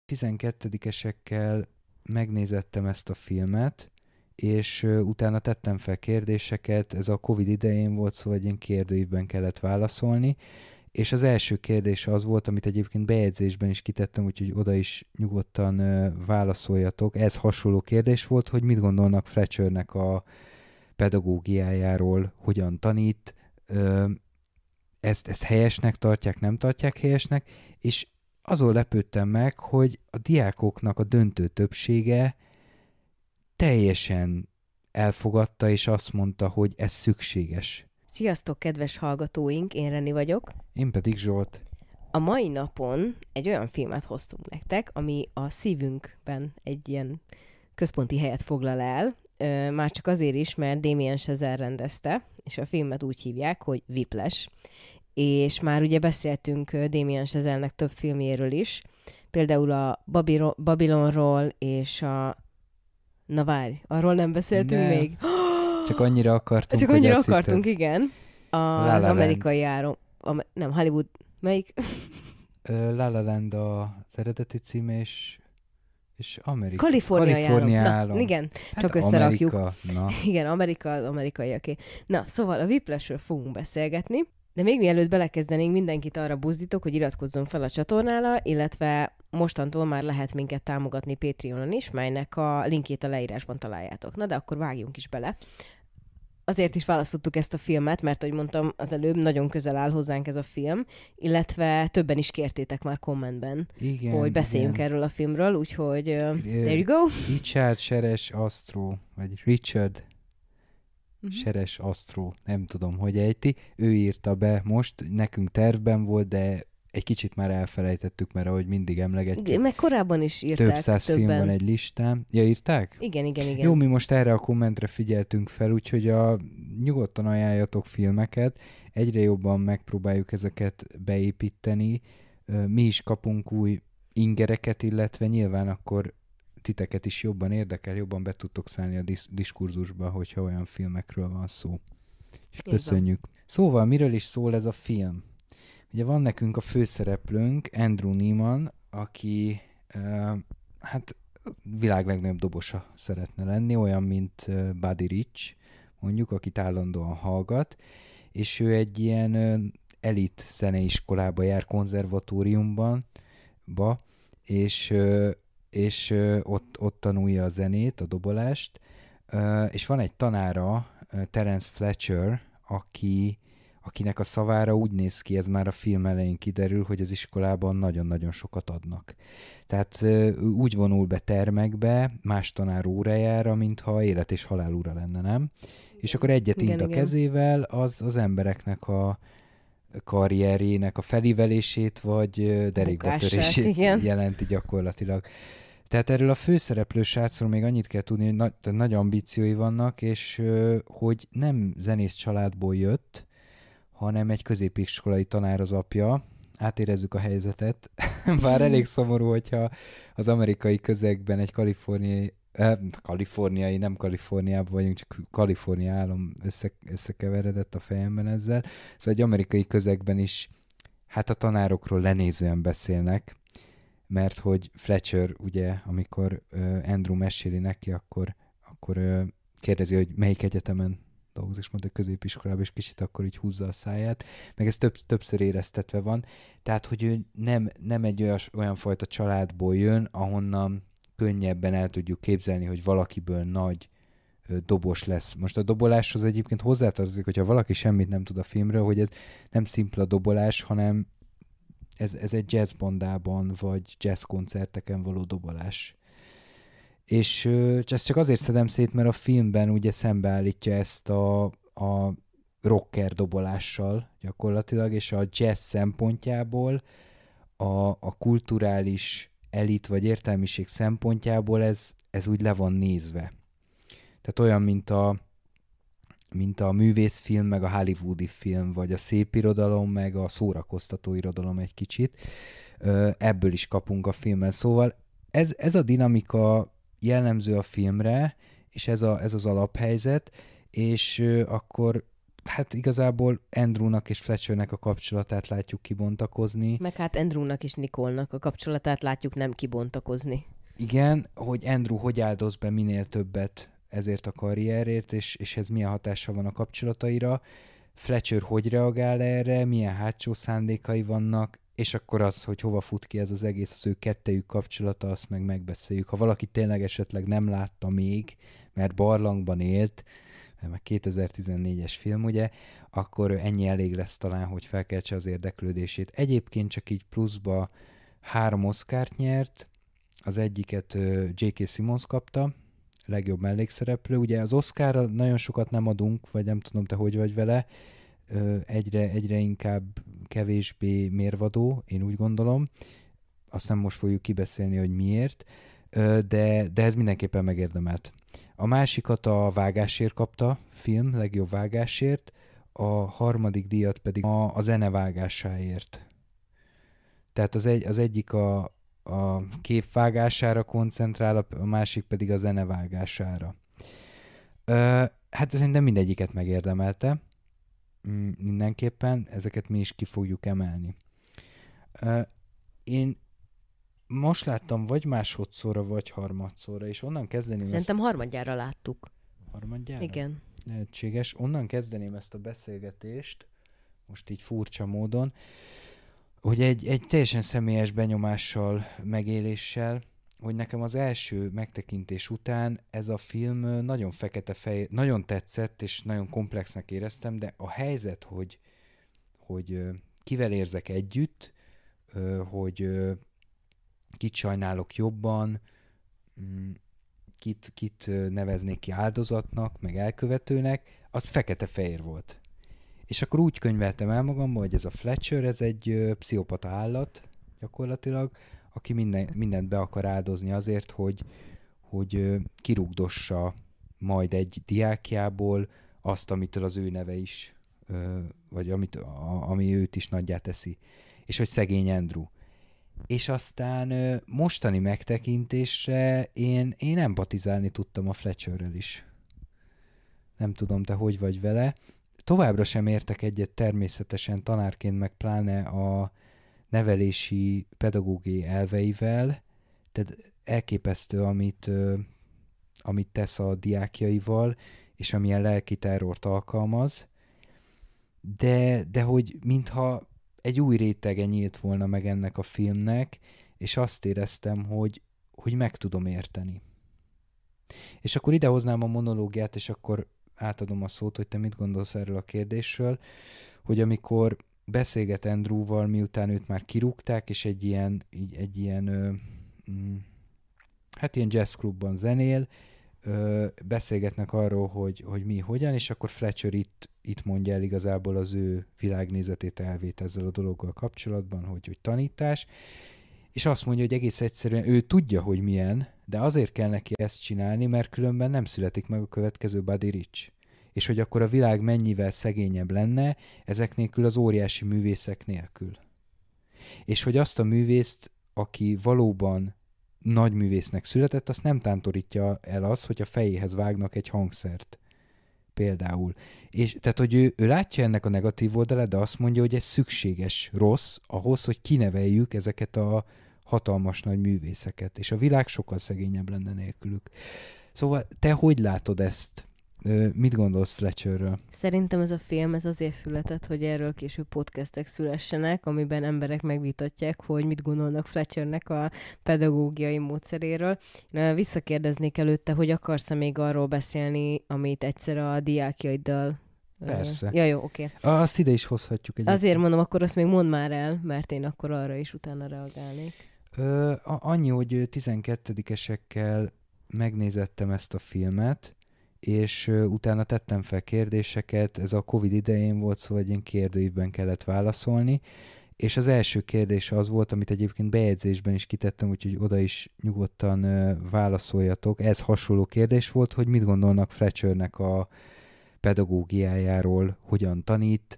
12-esekkel megnézettem ezt a filmet, és utána tettem fel kérdéseket, ez a Covid idején volt, szóval egy ilyen kérdőívben kellett válaszolni, és az első kérdés az volt, amit egyébként bejegyzésben is kitettem, úgyhogy oda is nyugodtan válaszoljatok. Ez hasonló kérdés volt, hogy mit gondolnak Fletchernek a pedagógiájáról, hogyan tanít, ö, ezt helyesnek tartják, nem tartják helyesnek, és azon lepődtem meg, hogy a diákoknak a döntő többsége teljesen elfogadta, és azt mondta, hogy ez szükséges. Sziasztok, kedves hallgatóink, én Reni vagyok. Én pedig Zsolt. A mai napon egy olyan filmet hoztunk nektek, ami a szívünkben egy ilyen központi helyet foglal el, már csak azért is, mert Damien Chazelle rendezte, és a filmet úgy hívják, hogy Whiplash. És már ugye beszéltünk Damien Chazelle-nek több filmjéről is, például a Babylonról és a... Na várj, arról nem beszéltünk még? Csak annyira akartunk, Csak annyira akartunk, igen. La Az La amerikai áron... Nem, Hollywood... Melyik? La La Land az eredeti címe, és Kalifornia állam. Na, igen, Hát csak összerakjuk. Na. Igen, Amerika az amerikaiaké. Na, szóval a Whiplashről fogunk beszélgetni, de még mielőtt belekezdenénk, mindenkit arra buzdítok, hogy iratkozzon fel a csatornára, illetve mostantól már lehet minket támogatni Patreonon is, melynek a linkjét a leírásban találjátok. Na, de akkor vágjunk is bele. Azért is választottuk ezt a filmet, mert, ahogy mondtam az előbb, nagyon közel áll hozzánk ez a film, illetve többen is kértétek már kommentben, igen, hogy beszéljünk erről a filmről, úgyhogy there you go. Richard Seres Astro, vagy Richard Seres Astro, nem tudom, hogy ejti. Ő írta be most, nekünk tervben volt, de egy kicsit már elfelejtettük, mert ahogy mindig emlegetjük. Meg korábban is írták több száz film van egy listán. Ja, írták? Igen. Jó, mi most erre a kommentre figyeltünk fel, úgyhogy nyugodtan ajánljatok filmeket, egyre jobban megpróbáljuk ezeket beépíteni. Mi is kapunk új ingereket, illetve nyilván akkor titeket is jobban érdekel, jobban be tudtok szállni a diskurzusba, hogyha olyan filmekről van szó. És köszönjük. Szóval miről is szól ez a film? Ugye van nekünk a főszereplőnk, Andrew Neiman, aki hát világ legnagyobb dobosa szeretne lenni, olyan, mint Buddy Rich, mondjuk, akit állandóan hallgat, és ő egy ilyen elit zeneiskolába jár, konzervatóriumban, és ott tanulja a zenét, a dobolást, és van egy tanára, Terence Fletcher, akinek a szavára úgy néz ki, ez már a film elején kiderül, hogy az iskolában nagyon-nagyon sokat adnak. Tehát úgy vonul be termekbe, más tanár órájára, mintha élet és halál ura lenne, nem? És akkor egyet int a kezével, az embereknek a karrierjének a felívelését, vagy derékbatörését jelenti gyakorlatilag. Tehát erről a főszereplő srácról még annyit kell tudni, hogy nagy ambíciói vannak, és hogy nem zenész családból jött, hanem egy középiskolai tanár az apja. Átérezzük a helyzetet. Bár elég szomorú, hogyha az amerikai közegben egy kaliforniai, nem Kaliforniában vagyunk, csak Kalifornia állam összekeveredett a fejemben ezzel. Szóval egy amerikai közegben is hát a tanárokról lenézően beszélnek, mert hogy Fletcher, ugye, amikor Andrew meséli neki, akkor kérdezi, hogy melyik egyetemen dolgozik, és mondta, középiskolában, és kicsit akkor így húzza a száját, meg ez többször éreztetve van. Tehát, hogy ő nem egy olyan fajta családból jön, ahonnan könnyebben el tudjuk képzelni, hogy valakiből nagy dobos lesz. Most a doboláshoz egyébként hozzátartozik, hogyha valaki semmit nem tud a filmről, hogy ez nem szimpla dobolás, hanem ez egy jazzbandában, vagy jazzkoncerteken való dobolás. És ezt csak azért szedem szét, mert a filmben ugye szembeállítja ezt a rocker dobolással gyakorlatilag, és a jazz szempontjából, a kulturális elit vagy értelmiség szempontjából ez úgy le van nézve. Tehát olyan, mint a művészfilm, meg a hollywoodi film, vagy a szépirodalom, meg a szórakoztató irodalom egy kicsit. Ebből is kapunk a filmben. Szóval ez a dinamika jellemző a filmre, és ez az alaphelyzet, és akkor hát igazából Andrewnak és Fletchernek a kapcsolatát látjuk kibontakozni. Meg hát Andrewnak és Nicolnak a kapcsolatát látjuk nem kibontakozni. Igen, hogy Andrew hogy áldoz be minél többet ezért a karrierért, és ez milyen hatása van a kapcsolataira. Fletcher hogy reagál erre, milyen hátsó szándékai vannak, és akkor az, hogy hova fut ki ez az egész, az ő kettejük kapcsolata, azt meg megbeszéljük. Ha valaki tényleg esetleg nem látta még, mert barlangban élt, mert meg 2014-es film, ugye, akkor ennyi elég lesz talán, hogy felkeltse az érdeklődését. Egyébként csak így pluszba 3 Oscart nyert, az egyiket J.K. Simmons kapta, legjobb mellékszereplő. Ugye az Oscarra nagyon sokat nem adunk, vagy nem tudom, te hogy vagy vele, egyre inkább kevésbé mérvadó, én úgy gondolom. Azt nem most fogjuk kibeszélni, hogy miért, de ez mindenképpen megérdemelt. A másikat a vágásért kapta, film, legjobb vágásért, a harmadik díjat pedig a zene vágásáért. Tehát az egyik a kép vágására koncentrál, a másik pedig a zene vágására. Hát szerintem mindegyiket megérdemelte. Mindenképpen, ezeket mi is ki fogjuk emelni. Én most láttam vagy másodszorra, vagy harmadszorra, és onnan kezdeném Szerintem harmadjára láttuk. Harmadjára? Igen. Lehetséges. Onnan kezdeném ezt a beszélgetést, most így furcsa módon, hogy egy teljesen személyes benyomással, megéléssel, hogy nekem az első megtekintés után ez a film nagyon fekete-fehér, nagyon tetszett, és nagyon komplexnek éreztem, de a helyzet, hogy kivel érzek együtt, hogy kit sajnálok jobban, kit neveznék ki áldozatnak, meg elkövetőnek, az fekete-fehér volt. És akkor úgy könyveltem el magamba, hogy ez a Fletcher, ez egy pszichopata állat gyakorlatilag, aki mindent be akar áldozni azért, hogy kirúgdossa majd egy diákjából azt, amitől az ő neve is, vagy ami őt is nagyjá teszi. És hogy szegény Andrew. És aztán mostani megtekintésre én empatizálni tudtam a Fletcherrel is. Nem tudom, te hogy vagy vele. Továbbra sem értek egyet természetesen tanárként, meg pláne a nevelési pedagógiai elveivel, tehát elképesztő, amit tesz a diákjaival, és amilyen lelki terrort alkalmaz, de hogy mintha egy új rétege nyílt volna meg ennek a filmnek, és azt éreztem, hogy meg tudom érteni. És akkor idehoznám a monológiát, és akkor átadom a szót, hogy te mit gondolsz erről a kérdésről, hogy amikor beszélget Andrewval, miután őt már kirúgták, és egy ilyen jazzklubban zenél, beszélgetnek arról, hogy mi hogyan, és akkor Fletcher itt mondja el igazából az ő világnézetét, elvét ezzel a dologgal kapcsolatban, hogy tanítás, és azt mondja, hogy egész egyszerűen ő tudja, hogy milyen, de azért kell neki ezt csinálni, mert különben nem születik meg a következő Buddy Rich. És hogy akkor a világ mennyivel szegényebb lenne ezek nélkül, az óriási művészek nélkül. És hogy azt a művészt, aki valóban nagy művésznek született, azt nem tántorítja el az, hogy a fejéhez vágnak egy hangszert. Például. És tehát, hogy ő látja ennek a negatív oldalát, de azt mondja, hogy ez szükséges rossz ahhoz, hogy kineveljük ezeket a hatalmas nagy művészeket. És a világ sokkal szegényebb lenne nélkülük. Szóval te hogy látod ezt? Mit gondolsz Fletcherről? Szerintem ez a film azért született, hogy erről később podcastek szülessenek, amiben emberek megvitatják, hogy mit gondolnak Fletchernek a pedagógiai módszeréről. Visszakérdeznék előtte, hogy akarsz-e még arról beszélni, amit egyszer a diákjaiddal... Persze. Ja, jó, oké. Azt ide is hozhatjuk egyébként. Azért mondom, akkor azt még mondd már el, mert én akkor arra is utána reagálnék. Annyi, hogy 12-esekkel megnézettem ezt a filmet, és utána tettem fel kérdéseket, ez a Covid idején volt, szóval egy ilyen kérdőívben kellett válaszolni, és az első kérdés az volt, amit egyébként bejegyzésben is kitettem, úgyhogy oda is nyugodtan válaszoljatok. Ez hasonló kérdés volt, hogy mit gondolnak Fletchernek a pedagógiájáról, hogyan tanít,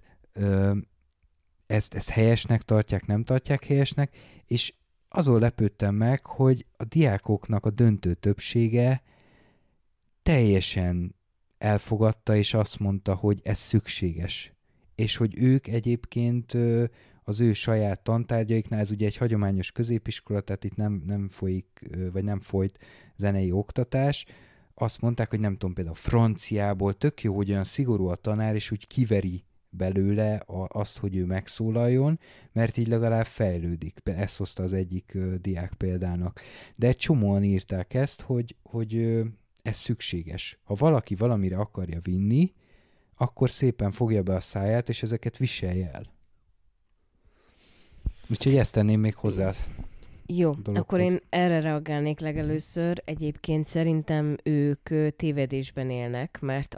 ezt helyesnek tartják, nem tartják helyesnek, és azon lepődtem meg, hogy a diákoknak a döntő többsége teljesen elfogadta, és azt mondta, hogy ez szükséges. És hogy ők egyébként az ő saját tantárgyaiknál, ez ugye egy hagyományos középiskola, tehát itt nem folyik, vagy nem folyt zenei oktatás, azt mondták, hogy nem tudom, például franciából tök jó, hogy olyan szigorú a tanár, és úgy kiveri belőle azt, hogy ő megszólaljon, mert így legalább fejlődik. Ezt hozta az egyik diák példának. De egy csomóan írták ezt, hogy ez szükséges. Ha valaki valamire akarja vinni, akkor szépen fogja be a száját, és ezeket viselje el. Úgyhogy ezt tenném még hozzá. Jó, akkor én erre reagálnék legelőször. Egyébként szerintem ők tévedésben élnek, mert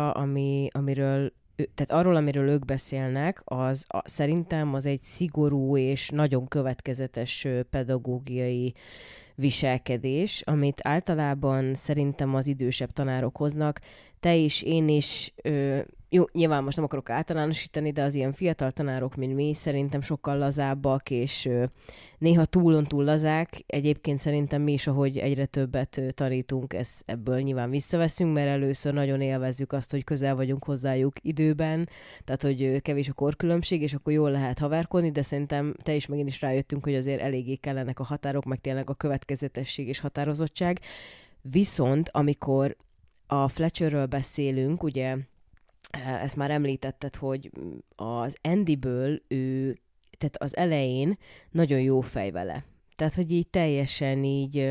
amiről ők beszélnek, szerintem az egy szigorú és nagyon következetes pedagógiai viselkedés, amit általában szerintem az idősebb tanárok hoznak. Te is, én is, jó, nyilván most nem akarok általánosítani, de az ilyen fiatal tanárok, mint mi, szerintem sokkal lazábbak, és néha túl lazák. Egyébként szerintem mi is, ahogy egyre többet tanítunk, ebből nyilván visszaveszünk, mert először nagyon élvezzük azt, hogy közel vagyunk hozzájuk időben, tehát hogy kevés a korkülönbség, és akkor jól lehet haverkodni, de szerintem te is meg én is rájöttünk, hogy azért eléggé kellenek a határok, meg tényleg a következetesség és határozottság. Viszont amikor a Fletcherről beszélünk, ugye ezt már említetted, hogy az Andyből tehát az elején nagyon jó fej vele. Tehát, hogy így teljesen így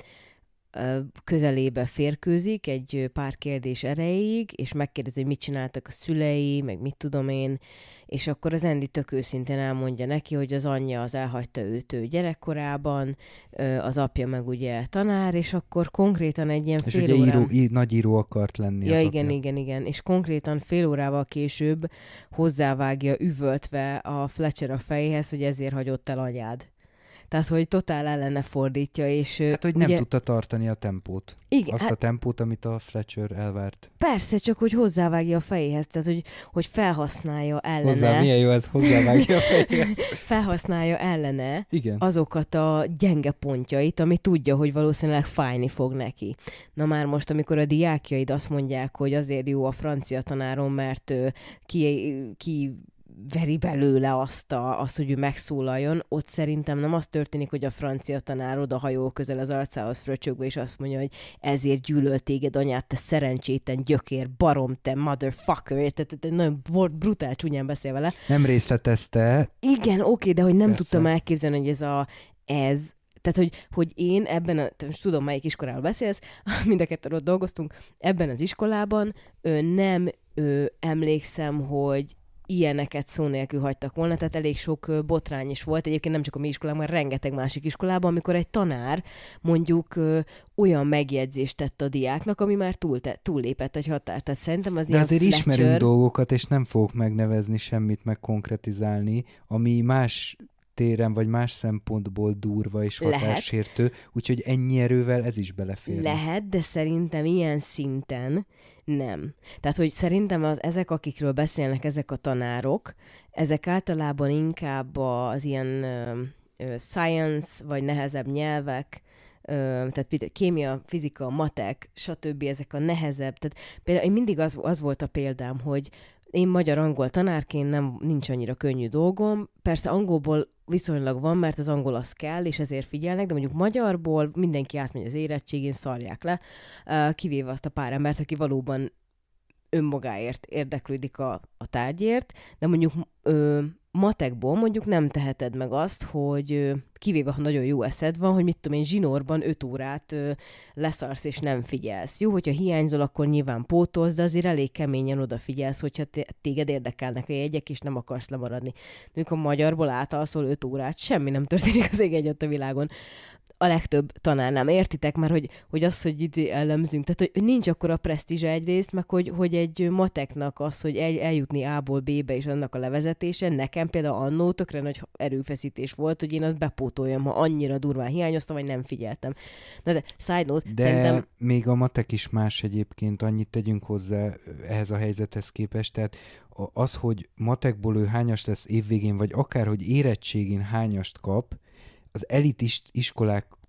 közelébe férkőzik egy pár kérdés erejéig, és megkérdezi, hogy mit csináltak a szülei, meg mit tudom én, és akkor az Andy tök őszintén elmondja neki, hogy az anyja az elhagyta őt gyerekkorában, az apja meg ugye tanár, és akkor konkrétan egy ilyen fél órán... És ugye nagy író akart lenni ja, az igen, apja. igen, és konkrétan fél órával később hozzávágja üvöltve a Fletcher a fejéhez, hogy ezért hagyott el anyád. Tehát, hogy totál ellene fordítja, és... Hát, hogy ugye... nem tudta tartani a tempót. Igen, azt a tempót, amit a Fletcher elvárt. Persze, csak hogy hozzávágja a fejéhez, tehát, hogy felhasználja ellene... Milyen jó ez, hozzávágja a fejéhez. Felhasználja ellene igen. azokat a gyenge pontjait, ami tudja, hogy valószínűleg fájni fog neki. Na már most, amikor a diákjaid azt mondják, hogy azért jó a francia tanárom, mert ki veri belőle azt, hogy ő megszólaljon, ott szerintem nem az történik, hogy a francia tanár odahajol közel az arcához fröcsögve, és azt mondja, hogy ezért gyűlölt téged anyát, te szerencsétlen gyökér, barom, te motherfucker, tehát nagyon brutál csúnyán beszél vele. Nem részletezte. Igen, oké, de hogy nem Persze. tudtam elképzelni, hogy tehát, hogy én ebben most tudom, melyik iskoláról beszélsz, mind a ketten ott dolgoztunk, ebben az iskolában nem emlékszem, hogy ilyeneket szó nélkül hagytak volna, tehát elég sok botrány is volt. Egyébként nem csak a mi iskolában, hanem rengeteg másik iskolában, amikor egy tanár mondjuk olyan megjegyzést tett a diáknak, ami már túllépett egy határt. Tehát szerintem az de ilyen azért Fletcher... ismerünk dolgokat, és nem fogok megnevezni semmit, meg konkretizálni, ami más téren, vagy más szempontból durva és határsértő, úgyhogy ennyi erővel ez is belefér. Lehet, de szerintem ilyen szinten nem. Tehát, hogy szerintem ezek, akikről beszélnek ezek a tanárok, ezek általában inkább az ilyen science, vagy nehezebb nyelvek, tehát például kémia, fizika, matek, stb. Ezek a nehezebb. Tehát például én mindig az volt a példám, hogy én magyar-angol tanárként nincs annyira könnyű dolgom. Persze angolból viszonylag van, mert az angol az kell, és ezért figyelnek, de mondjuk magyarból mindenki átmegy az érettségén, szarják le, kivéve azt a pár embert, aki valóban önmagáért érdeklődik a tárgyért, de mondjuk matekból mondjuk nem teheted meg azt, hogy kivéve, ha nagyon jó eszed van, hogy mit tudom én, zsinórban 5 órát leszarsz és nem figyelsz. Jó, hogyha hiányzol, akkor nyilván pótolsz, de azért elég keményen odafigyelsz, hogyha téged érdekelnek a jegyek, és nem akarsz lemaradni. Mondjuk a magyarból átalszol 5 órát, semmi nem történik az ég egyet a világon. A legtöbb tanár nem. Értitek már, hogy az, hogy itt elemzünk. Tehát, hogy nincs akkora presztízse egyrészt, meg hogy egy mateknak az, hogy eljutni A-ból B-be és annak a levezetése, nekem például annó tökre nagy erőfeszítés volt, hogy én azt bepótoljam, ha annyira durván hiányoztam, vagy nem figyeltem. Na de side note, de szerintem... még a matek is más egyébként, annyit tegyünk hozzá ehhez a helyzethez képest, tehát az, hogy matekból ő hányast lesz évvégén, vagy akár, hogy érettségén hányast kap, az elit iskoláktól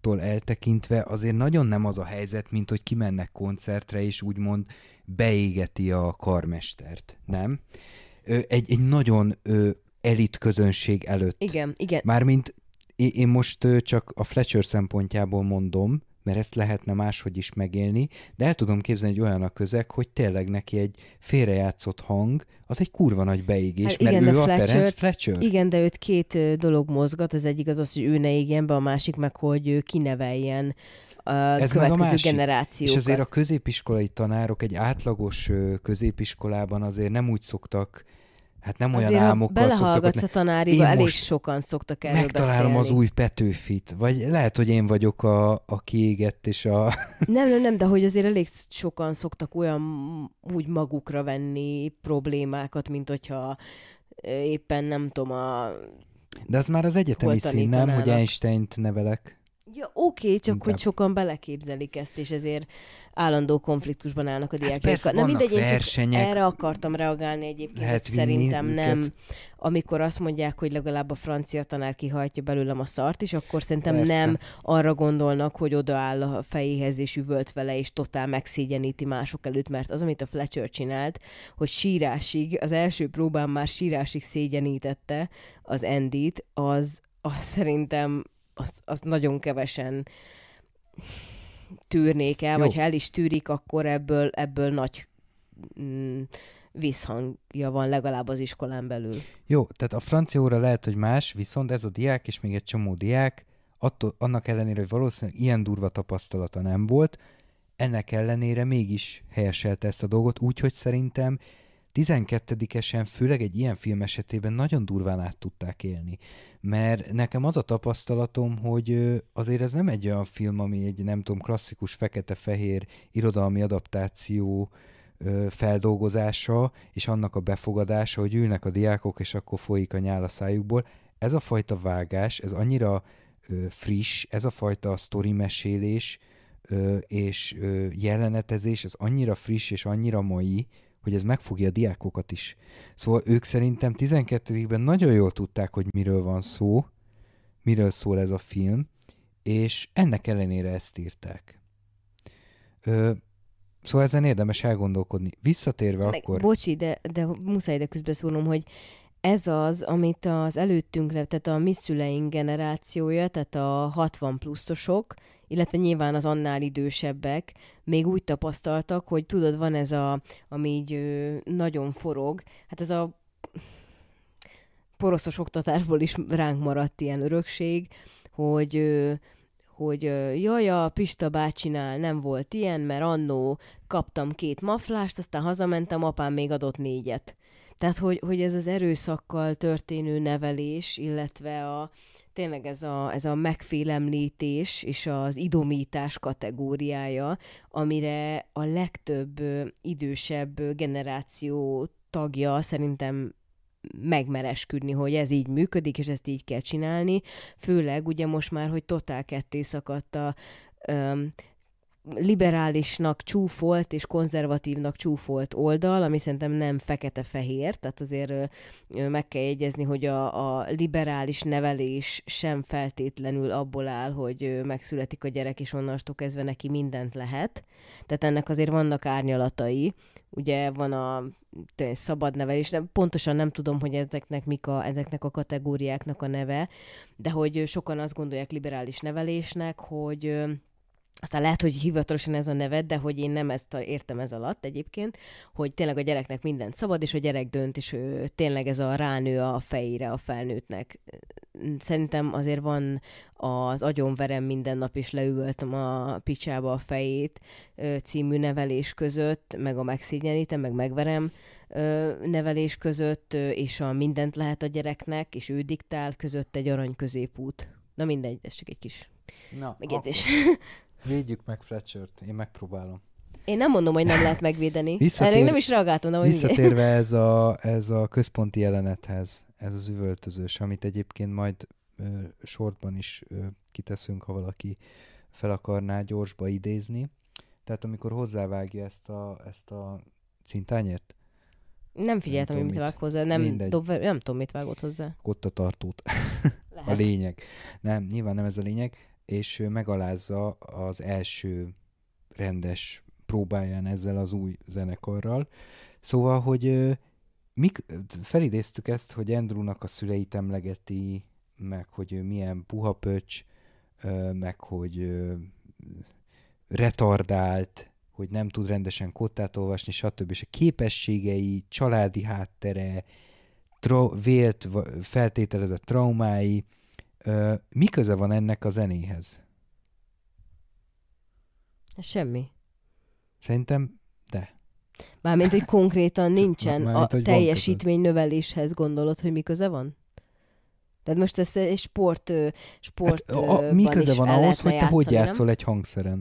dolgoktól eltekintve azért nagyon nem az a helyzet, mint hogy kimennek koncertre, és úgymond beégeti a karmestert, nem? Egy nagyon elit közönség előtt. Igen, igen. Mármint én most csak a Fletcher szempontjából mondom, mert ezt lehetne máshogy is megélni, de el tudom képzelni egy olyan a közeg, hogy tényleg neki egy félrejátszott hang, az egy kurva nagy beégés, hát igen, mert ő a Terence Fletcher. Igen, de őt két dolog mozgat, az egyik az, hogy ő ne égjen be, a másik meg, hogy ő kineveljen a következő generációkat. És azért a középiskolai tanárok egy átlagos középiskolában azért nem úgy szoktak, hát nem olyan álmokkal szoktak. Belehallgatsz a tanáriba, elég sokan szoktak erről megtalálom beszélni. az új Petőfit, vagy lehet, hogy én vagyok a kiégett és a... Nem, de hogy azért elég sokan szoktak olyan úgy magukra venni problémákat, mint hogyha éppen nem tudom De az már az egyetemi szín, nem? Hogy Einsteint nevelek. Ja, oké, csak hogy sokan beleképzelik ezt, és ezért állandó konfliktusban állnak a diákok. Persze, nem mindegy, én versenyek, csak erre akartam reagálni egyébként, szerintem nem. Amikor azt mondják, hogy legalább a francia tanár kihajtja belőlem a szart is, akkor szerintem nem arra gondolnak, hogy odaáll a fejéhez és üvölt vele, és totál megszégyeníti mások előtt, mert az, amit a Fletcher csinált, hogy sírásig, az első próbán már sírásig szégyenítette az Andyt, az szerintem az nagyon kevesen tűrnék el, vagy ha el is tűrik, akkor ebből nagy visszhangja van legalább az iskolán belül. Jó, tehát a francia óra lehet, hogy más, viszont ez a diák és még egy csomó diák, annak ellenére, hogy valószínűleg ilyen durva tapasztalata nem volt, ennek ellenére mégis helyeselte ezt a dolgot, úgyhogy szerintem 12-esen, főleg egy ilyen film esetében nagyon durván át tudták élni. Mert nekem az a tapasztalatom, hogy azért ez nem egy olyan film, ami egy, nem tudom, klasszikus fekete-fehér irodalmi adaptáció feldolgozása, és annak a befogadása, hogy ülnek a diákok, és akkor folyik a nyál a szájukból. Ez a fajta vágás, ez annyira friss, ez a fajta sztorimesélés és jelenetezés, ez annyira friss és annyira mai, hogy ez megfogja a diákokat is. Szóval ők szerintem 12-ben nagyon jól tudták, hogy miről van szó, miről szól ez a film, és ennek ellenére ezt írták. Szóval ezen érdemes elgondolkodni. Visszatérve akkor... Bocsi, de muszáj ide közbeszólnom, hogy ez az, amit az előttünk, tehát a mi szüleink generációja, tehát a 60 pluszosok, illetve nyilván az annál idősebbek még úgy tapasztaltak, hogy tudod, van ez ami így nagyon forog, hát ez a poroszos oktatásból is ránk maradt ilyen örökség, hogy jaj, a Pista bácsinál nem volt ilyen, mert annó kaptam 2 maflást, aztán hazamentem, apám még adott 4-et. Tehát, hogy ez az erőszakkal történő nevelés, illetve tényleg ez a megfélemlítés és az idomítás kategóriája, amire a legtöbb idősebb generáció tagja szerintem megmeresküdni, hogy ez így működik, és ezt így kell csinálni. Főleg ugye most már, hogy totál ketté szakadt a liberálisnak csúfolt és konzervatívnak csúfolt oldal, ami szerintem nem fekete-fehér, tehát azért meg kell jegyezni, hogy a liberális nevelés sem feltétlenül abból áll, hogy megszületik a gyerek, és onnantól kezdve neki mindent lehet. Tehát ennek azért vannak árnyalatai. Ugye van a szabad nevelés, pontosan nem tudom, hogy ezeknek a kategóriáknak a neve, de hogy sokan azt gondolják liberális nevelésnek, hogy aztán lehet, hogy hivatalosan ez a neved, de hogy én nem ezt értem ez alatt egyébként, hogy tényleg a gyereknek mindent szabad, és a gyerek dönt, és tényleg ez a ránő a fejére a felnőttnek. Szerintem azért van az Agyonverem minden nap is leüvöltöm a picsába a fejét című nevelés között, meg a Megszégyenítem, meg megverem nevelés között, és a mindent lehet a gyereknek, és ő diktál között egy arany középút. Na mindegy, ez csak egy kis megjegyzés. Védjük meg Fletchert, én megpróbálom. Én nem mondom, hogy nem lehet megvédeni. Erre nem is reagáltam. De visszatérve ez a központi jelenethez, ez az üvöltözős, amit egyébként majd shortban is kiteszünk, ha valaki fel akarná gyorsba idézni. Tehát amikor hozzávágja ezt a cintányért. Nem figyeltem, hogy mit vág hozzá. Nem tudom, mit vágott hozzá. Kottatartót. A lényeg. Nem, nyilván nem ez a lényeg. és megalázza az első rendes próbáján ezzel az új zenekarral. Szóval, hogy felidéztük ezt, hogy Andrewnak a szüleit emlegeti, meg hogy ő milyen puha pöcs, meg hogy retardált, hogy nem tud rendesen kottát olvasni, stb. És a képességei, családi háttere, vélt, feltételezett traumái, mi köze van ennek a zenéhez? Semmi. Szerintem de. Mármint, hogy konkrétan nincsen Mármint, a hogy teljesítmény növeléshez, gondolod, hogy mi köze van? Tehát most ezt egy sportban mi köze is van el ahhoz, hogy lehetne te hogy játszani, játszol nem? egy hangszeren?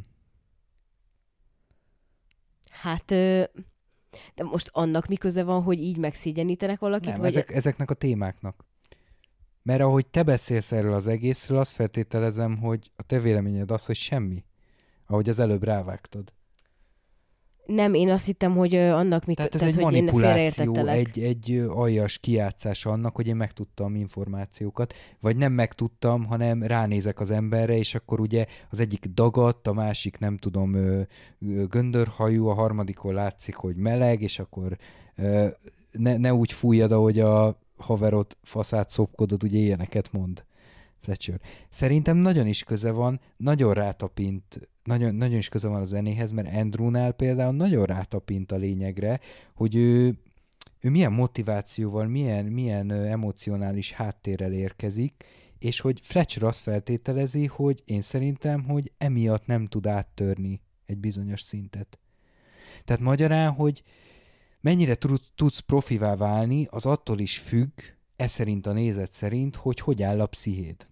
Hát, de most annak mi köze van, hogy így megszégyenítenek valakit? Nem, Vagy... ezeknek a témáknak. Mert ahogy te beszélsz erről az egészről, azt feltételezem, hogy a te véleményed az, hogy semmi. Ahogy az előbb rávágtad. Nem, én azt hittem, hogy annak mi Tehát ez tehát, egy hogy én manipuláció, félreértettelek. egy aljas kijátszása annak, hogy én megtudtam információkat. Vagy nem megtudtam, hanem ránézek az emberre, és akkor ugye az egyik dagadt, a másik nem tudom, göndörhajú, a harmadikon látszik, hogy meleg, és akkor ne úgy fújjad, ahogy a haverot faszát szopkodod, ugye ilyeneket mond Fletcher. Szerintem nagyon is köze van, nagyon rátapint, nagyon is köze van a zenéhez, mert Andrewnál például nagyon rátapint a lényegre, hogy ő milyen motivációval, milyen emocionális háttérrel érkezik, és hogy Fletcher azt feltételezi, hogy én szerintem, hogy emiatt nem tud áttörni egy bizonyos szintet. Tehát magyarán, hogy mennyire tudsz profivá válni, az attól is függ, szerint a nézet szerint, hogy áll a pszichéd.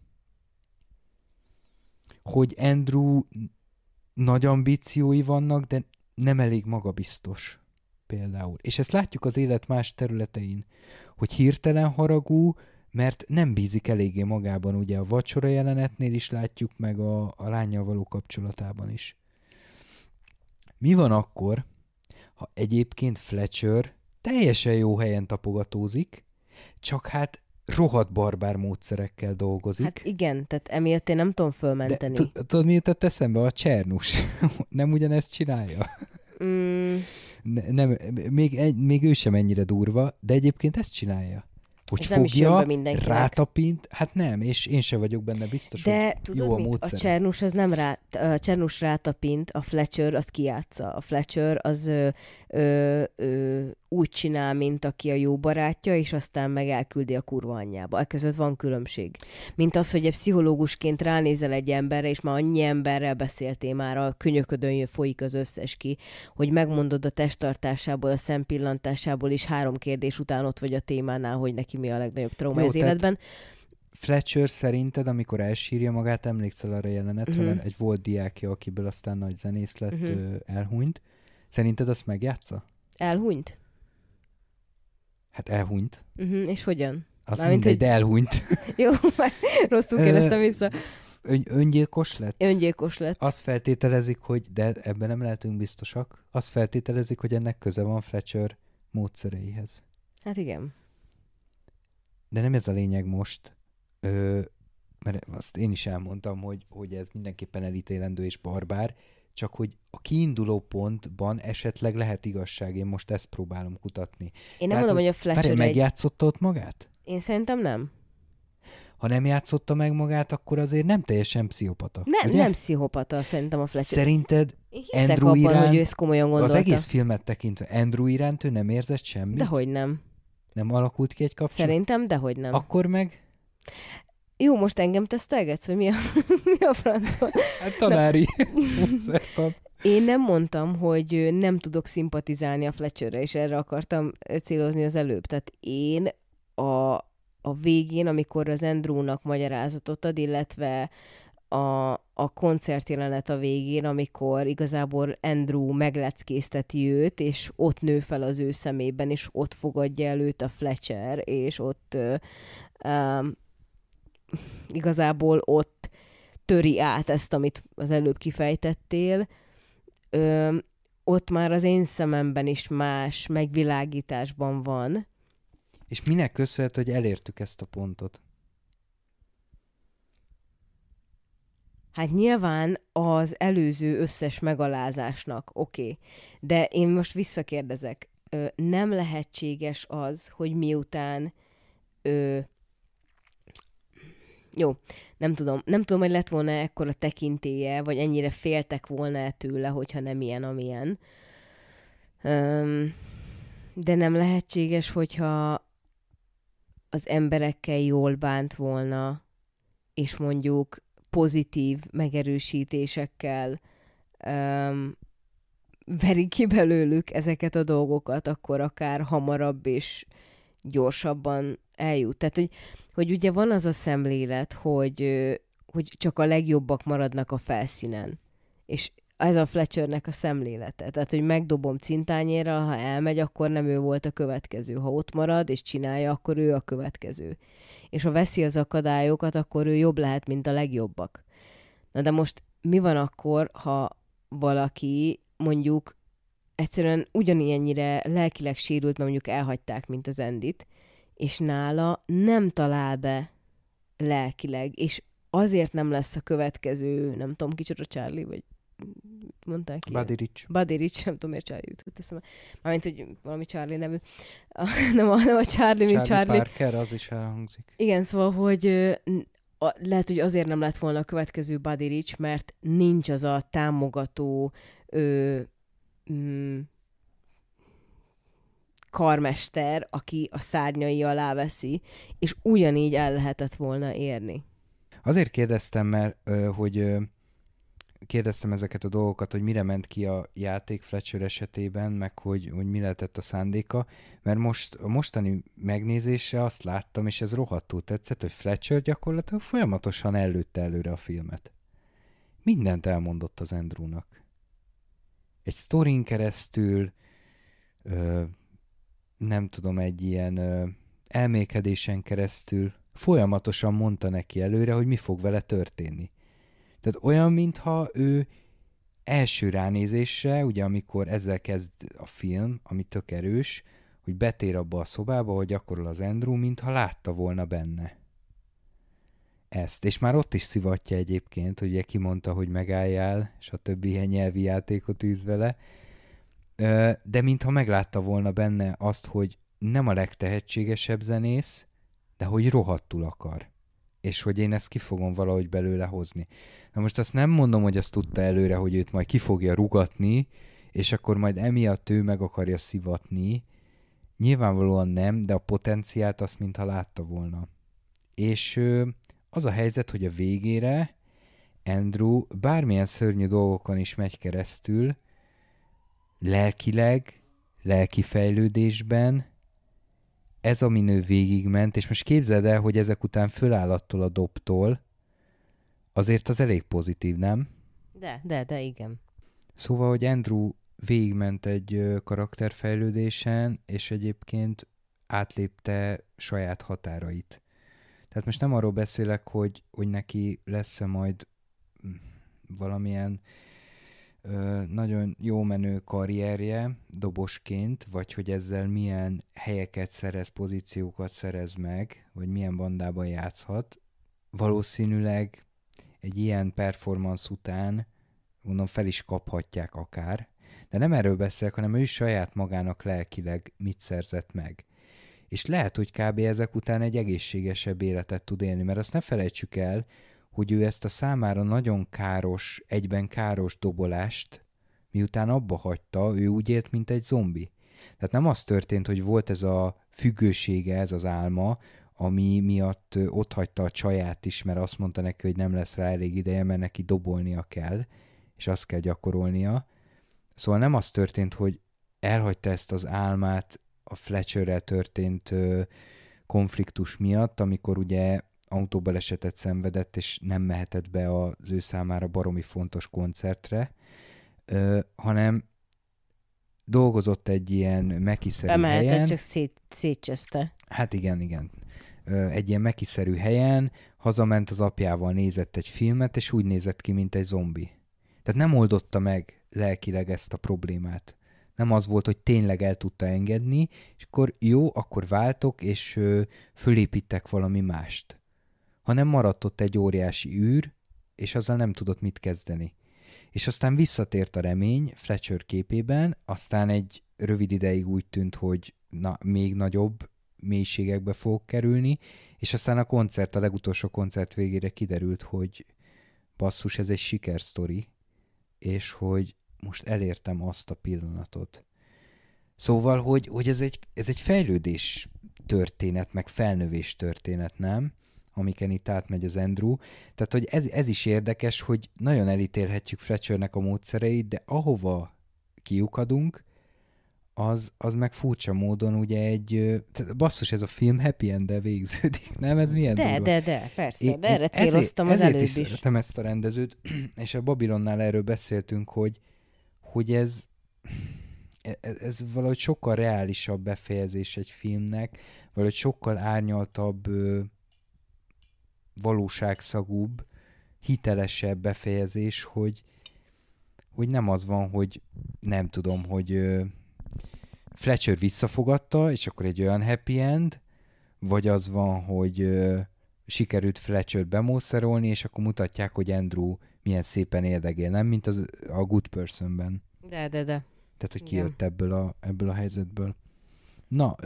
Hogy Andrew nagy ambíciói vannak, de nem elég magabiztos például. És ezt látjuk az élet más területein, hogy hirtelen haragú, mert nem bízik eléggé magában, ugye a vacsora jelenetnél is látjuk, meg a lánnyal való kapcsolatában is. Mi van akkor, ha egyébként Fletcher teljesen jó helyen tapogatózik, csak hát rohadt barbár módszerekkel dolgozik. Hát igen, tehát emiatt én nem tudom fölmenteni. De tudod, mi jutott eszembe? A Csernus. Nem ugyanezt csinálja? Nem, még ő sem ennyire durva, de egyébként ezt csinálja. Hogy ez nem is jön be mindenkinek. rátapint, hát nem, és én sem vagyok benne biztos, de hogy tudod jó a mit? módszer. A Csernus az nem a Csernus rátapint, a Fletcher azt kijátsza. A Fletcher az úgy csinál, mint aki a jó barátja, és aztán meg elküldi a kurva anyjába. Ekközött van különbség. Mint az, hogy egy pszichológusként ránézel egy emberre, és már annyi emberrel beszéltél már, a könyöködön folyik az összes ki, hogy megmondod a testtartásából, a szempillantásából is 3 kérdés után ott vagy a témánál, hogy neki mi a legnagyobb trauma az életben. Fletcher szerinted, amikor elsírja magát, emlékszel arra jelenetre, mert egy volt diákja, akiből aztán nagy zenész lett, elhunyt. Szerinted azt megjátsza? Elhunyt? Hát elhunyt. És hogyan? Azt mindegy, hogy... de elhunyt. Jó, rosszul kérdeztem vissza. Öngyilkos lett? Öngyilkos lett. Azt feltételezik, hogy, de ebben nem lehetünk biztosak, azt feltételezik, hogy ennek köze van Fletcher módszereihez. Hát igen. De nem ez a lényeg most, mert azt én is elmondtam, hogy ez mindenképpen elítélendő és barbár, csak hogy a kiinduló pontban esetleg lehet igazság, én most ezt próbálom kutatni. Én nem mondom, hogy a Fletcher megjátszotta ott magát? Én szerintem nem. Ha nem játszotta meg magát, akkor azért nem teljesen pszichopata. Nem pszichopata szerintem a Fletcher. Szerinted Andrew abban, iránt, hogy ő ezt komolyan gondolta. Az egész filmet tekintve Andrew iránt ő nem érzett semmit? Dehogy nem. Nem alakult ki egy kapcsolat? Szerintem dehogy nem. Akkor meg? Jó, most engem tesztelgetsz, vagy mi a francon? Hát tanári módszertan. Én nem mondtam, hogy nem tudok szimpatizálni a Fletcherre, és erre akartam célozni az előbb. Tehát én a végén, amikor az Andrewnak magyarázatot ad, illetve a koncertjelenet a végén, amikor igazából Andrew megleckézteti őt, és ott nő fel az ő szemében, és ott fogadja el őt a Fletcher, és ott igazából ott töri át ezt, amit az előbb kifejtettél. Ott már az én szememben is más megvilágításban van. És minek köszönhető, hogy elértük ezt a pontot? Hát nyilván az előző összes megalázásnak, oké. De én most visszakérdezek, nem lehetséges az, hogy miután ö, jó, nem tudom, hogy lett volna ekkora tekintélye, vagy ennyire féltek volna tőle, hogyha nem ilyen, amilyen. De nem lehetséges, hogyha az emberekkel jól bánt volna, és mondjuk pozitív megerősítésekkel veri ki belőlük ezeket a dolgokat, akkor akár hamarabb és gyorsabban eljut. Tehát, hogy ugye van az a szemlélet, hogy csak a legjobbak maradnak a felszínen. És ez a Fletchernek a szemlélete. Tehát, hogy megdobom cintányéra, ha elmegy, akkor nem ő volt a következő. Ha ott marad és csinálja, akkor ő a következő. És ha veszi az akadályokat, akkor ő jobb lehet, mint a legjobbak. Na de most mi van akkor, ha valaki mondjuk egyszerűen ugyanilyennyire lelkileg sérült, mert mondjuk elhagyták, mint az Endit, és nála nem talál be lelkileg, és azért nem lesz a következő, nem tudom, kicsoda Charlie, vagy mondták ki? Buddy Rich. Buddy Rich, nem tudom, miért Charlie jutott eszembe. Mármint, hogy valami Charlie nevű. Nem a Charlie, mint Charlie. Parker, az is elhangzik. Igen, szóval, hogy lehet, hogy azért nem lett volna a következő Buddy Rich, mert nincs az a támogató karmester, aki a szárnyai alá veszi, és ugyanígy el lehetett volna érni. Azért kérdeztem, mert hogy kérdeztem ezeket a dolgokat, hogy mire ment ki a játék Fletcher esetében, meg hogy mi lehetett a szándéka, mert most a mostani megnézésre azt láttam, és ez rohadtul tetszett, hogy Fletcher gyakorlatilag folyamatosan előtte előre a filmet. Mindent elmondott az Andrewnak. Egy sztorin keresztül, nem tudom, egy ilyen elmékedésen keresztül folyamatosan mondta neki előre, hogy mi fog vele történni. Tehát olyan, mintha ő első ránézésre, ugye amikor ezzel kezd a film, ami tök erős, hogy betér abba a szobába, hogy gyakorol az Andrew, mintha látta volna benne ezt. És már ott is szivatja egyébként, hogy ugye kimondta, hogy megálljál, és a többi ilyen nyelvi játékot űz vele. De mintha meglátta volna benne azt, hogy nem a legtehetségesebb zenész, de hogy rohadtul akar. És hogy én ezt ki fogom valahogy belőle hozni. Na most azt nem mondom, hogy azt tudta előre, hogy őt majd ki fogja rugatni, és akkor majd emiatt ő meg akarja szivatni. Nyilvánvalóan nem, de a potenciált azt mintha látta volna. És az a helyzet, hogy a végére Andrew bármilyen szörnyű dolgokon is megy keresztül, lelkileg, lelki fejlődésben, ez a minő végigment, és most képzeld el, hogy ezek után föláll attól a dobtól, azért az elég pozitív, nem? De, igen. Szóval, hogy Andrew végigment egy karakterfejlődésen, és egyébként átlépte saját határait. Tehát most nem arról beszélek, hogy neki lesz-e majd valamilyen nagyon jó menő karrierje dobosként, vagy hogy ezzel milyen helyeket szerez, pozíciókat szerez meg, vagy milyen bandában játszhat. Valószínűleg egy ilyen performance után, mondom, fel is kaphatják akár. De nem erről beszélek, hanem ő is saját magának lelkileg mit szerzett meg. És lehet, hogy kb. Ezek után egy egészségesebb életet tud élni, mert azt ne felejtsük el, hogy ő ezt a számára nagyon káros, egyben káros dobolást, miután abba hagyta, ő úgy élt, mint egy zombi. Tehát nem az történt, hogy volt ez a függősége, ez az álma, ami miatt ott hagyta a csaját is, mert azt mondta neki, hogy nem lesz rá elég ideje, mert neki dobolnia kell, és azt kell gyakorolnia. Szóval nem az történt, hogy elhagyta ezt az álmát a Fletcherrel történt konfliktus miatt, amikor ugye autóbalesetet szenvedett, és nem mehetett be az ő számára baromi fontos koncertre, hanem dolgozott egy ilyen mekiszerű helyen. Csak szétcseszte. Hát igen. Egy ilyen mekiszerű helyen, hazament az apjával, nézett egy filmet, és úgy nézett ki, mint egy zombi. Tehát nem oldotta meg lelkileg ezt a problémát. Nem az volt, hogy tényleg el tudta engedni, és akkor jó, akkor váltok, és fölépítek valami mást. Hanem maradt ott egy óriási űr, és azzal nem tudott mit kezdeni. És aztán visszatért a remény Fletcher képében, aztán egy rövid ideig úgy tűnt, hogy még nagyobb mélységekbe fog kerülni, és aztán a legutolsó koncert végére kiderült, hogy basszus, ez egy sikersztori, és hogy most elértem azt a pillanatot. Szóval, hogy ez egy fejlődés történet, meg felnövés történet, nem? Amiken itt átmegy az Andrew. Tehát, hogy ez is érdekes, hogy nagyon elítélhetjük Fletchernek a módszereit, de ahova kiukadunk, az meg furcsa módon ugye basszus, ez a film happy end-del végződik, nem? Ez milyen durva? De, persze, de erre céloztam az előbb is. Ezért is szeretem ezt a rendezőt, és a Babylonnál erről beszéltünk, hogy ez valahogy sokkal reálisabb befejezés egy filmnek, valahogy sokkal árnyaltabb, valóságszagúbb, hitelesebb befejezés, hogy nem az van, hogy nem tudom, hogy Fletcher visszafogadta, és akkor egy olyan happy end, vagy az van, hogy sikerült Fletcher bemószerolni, és akkor mutatják, hogy Andrew milyen szépen éldegél, nem? Mint a Good Personben. De. Tehát, hogy kijött ebből a helyzetből. Na,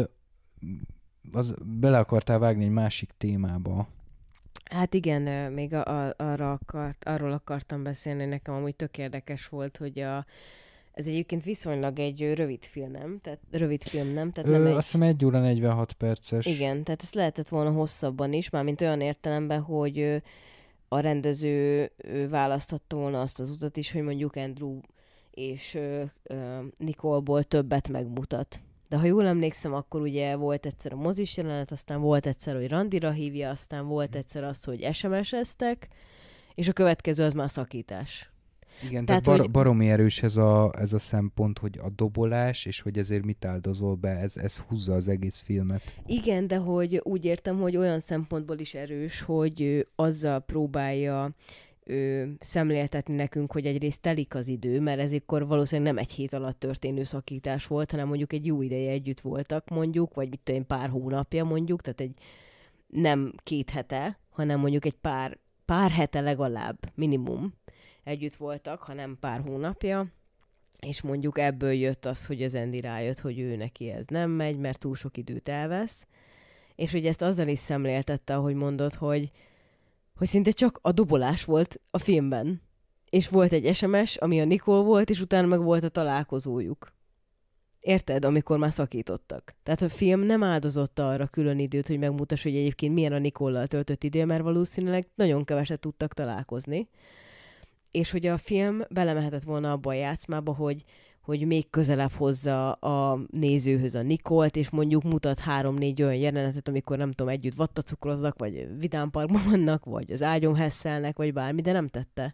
bele akartál vágni egy másik témába. Hát igen, még arról akartam beszélni, nekem amúgy tök érdekes volt, hogy ez egyébként viszonylag egy rövid film, nem? Tehát nem Azt hiszem 1 óra 46 perces. Igen, tehát ezt lehetett volna hosszabban is, mármint olyan értelemben, hogy a rendező választhatta volna azt az utat is, hogy mondjuk Andrew és Nicole-ból többet megmutat. De ha jól emlékszem, akkor ugye volt egyszer a mozis jelenet, aztán volt egyszer, hogy randira hívja, aztán volt egyszer az, hogy SMS-eztek, és a következő az már szakítás. Igen, tehát baromi erős ez a szempont, hogy a dobolás, és hogy ezért mit áldozol be, ez húzza az egész filmet. Igen, de hogy úgy értem, hogy olyan szempontból is erős, hogy azzal próbálja szemléltetni nekünk, hogy egyrészt telik az idő, mert ez akkor valószínűleg nem egy hét alatt történő szakítás volt, hanem mondjuk egy jó ideje együtt voltak mondjuk, vagy mit tudom én, pár hónapja mondjuk, tehát nem 2 hete, hanem mondjuk egy pár hete legalább minimum együtt voltak, hanem pár hónapja, és mondjuk ebből jött az, hogy az Andy rájött, hogy ő neki ez nem megy, mert túl sok időt elvesz, és hogy ezt azzal is szemléltette, ahogy mondod, hogy szinte csak a dobolás volt a filmben. És volt egy SMS, ami a Nicole volt, és utána meg volt a találkozójuk. Érted? Amikor már szakítottak. Tehát a film nem áldozott arra külön időt, hogy megmutass, hogy egyébként milyen a Nicole-lal töltött idő, mert valószínűleg nagyon keveset tudtak találkozni. És hogy a film belemehetett volna abba a játszmába, hogy még közelebb hozza a nézőhöz a Nicolt, és mondjuk mutat 3-4 olyan jelenetet, amikor nem tudom, együtt vattacukroznak, vagy vidámparkban vannak, vagy az ágyon hesszelnek, vagy bármi, de nem tette.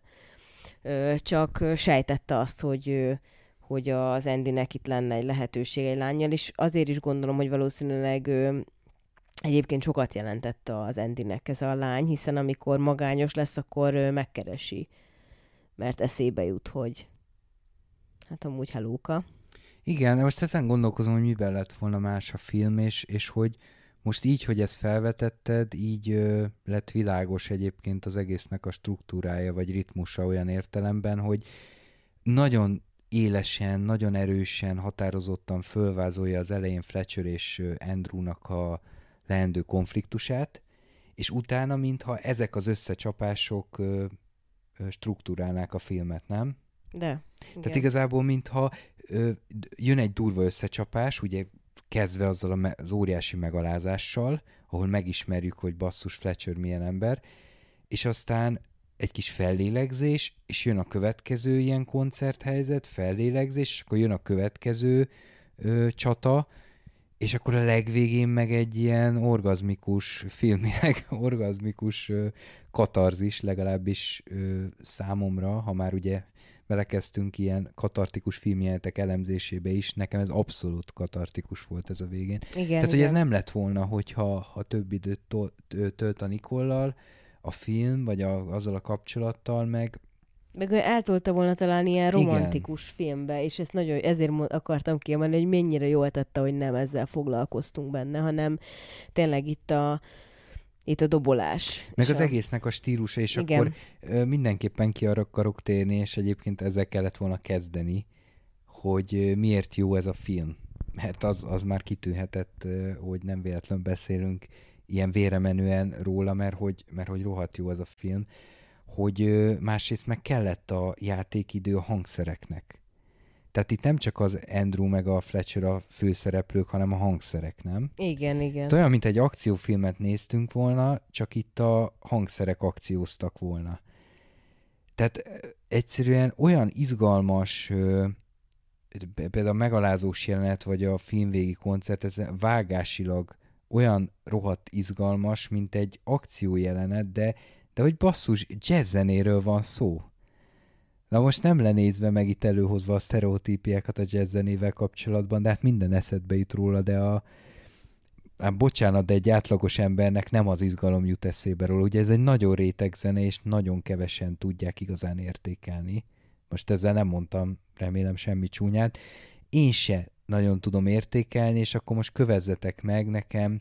Csak sejtette azt, hogy az Andynek itt lenne egy lehetőség egy lánnyal, és azért is gondolom, hogy valószínűleg egyébként sokat jelentett az Andynek ez a lány, hiszen amikor magányos lesz, akkor megkeresi, mert eszébe jut, hogy hát amúgy hellóka. Igen, de most ezen gondolkozom, hogy miben lett volna más a film, és hogy most így, hogy ezt felvetetted, így lett világos egyébként az egésznek a struktúrája, vagy ritmusa olyan értelemben, hogy nagyon élesen, nagyon erősen, határozottan fölvázolja az elején Fletcher és Andrewnak a leendő konfliktusát, és utána, mintha ezek az összecsapások struktúrálnák a filmet, nem? De. Tehát igazából, mintha jön egy durva összecsapás, ugye kezdve azzal az óriási megalázással, ahol megismerjük, hogy basszus Fletcher milyen ember, és aztán egy kis fellélegzés, és jön a következő ilyen koncerthelyzet, fellélegzés, és akkor jön a következő csata, és akkor a legvégén meg egy ilyen orgazmikus, filmileg orgazmikus katarzis, legalábbis számomra, ha már ugye belekezdtünk ilyen katartikus filmjelenetek elemzésébe is, nekem ez abszolút katartikus volt ez a végén. Igen, tehát, hogy ez nem lett volna, hogyha több időt tölt a Nicole-lal a film, vagy azzal a kapcsolattal, meg eltolta volna találni ilyen romantikus filmbe, és ezt ezért akartam kiemelni, hogy mennyire jól tette, hogy nem ezzel foglalkoztunk benne, hanem tényleg itt itt a dobolás. Meg az egésznek a stílusa, és igen. akkor mindenképpen ki arra akarok térni, és egyébként ezzel kellett volna kezdeni, hogy miért jó ez a film. Mert az már kitűnhetett, hogy nem véletlenül beszélünk ilyen véremenően róla, mert hogy rohadt jó ez a film, hogy másrészt meg kellett a játékidő a hangszereknek. Tehát itt nem csak az Andrew meg a Fletcher a főszereplők, hanem a hangszerek, nem? Igen. Tehát olyan, mint egy akciófilmet néztünk volna, csak itt a hangszerek akcióztak volna. Tehát egyszerűen olyan izgalmas, például a megalázós jelenet, vagy a filmvégi koncert, ez vágásilag olyan rohadt izgalmas, mint egy akciójelenet, de hogy basszus, jazzzenéről van szó. Na most nem lenézve meg itt előhozva a sztereotípiákat a jazzzenével kapcsolatban, de hát minden eszedbe jut róla, de bocsánat, de egy átlagos embernek nem az izgalom jut eszébe róla. Ugye ez egy nagyon réteg zene, és nagyon kevesen tudják igazán értékelni. Most ezzel nem mondtam, remélem, semmi csúnyát. Én se nagyon tudom értékelni, és akkor most kövezzetek meg nekem.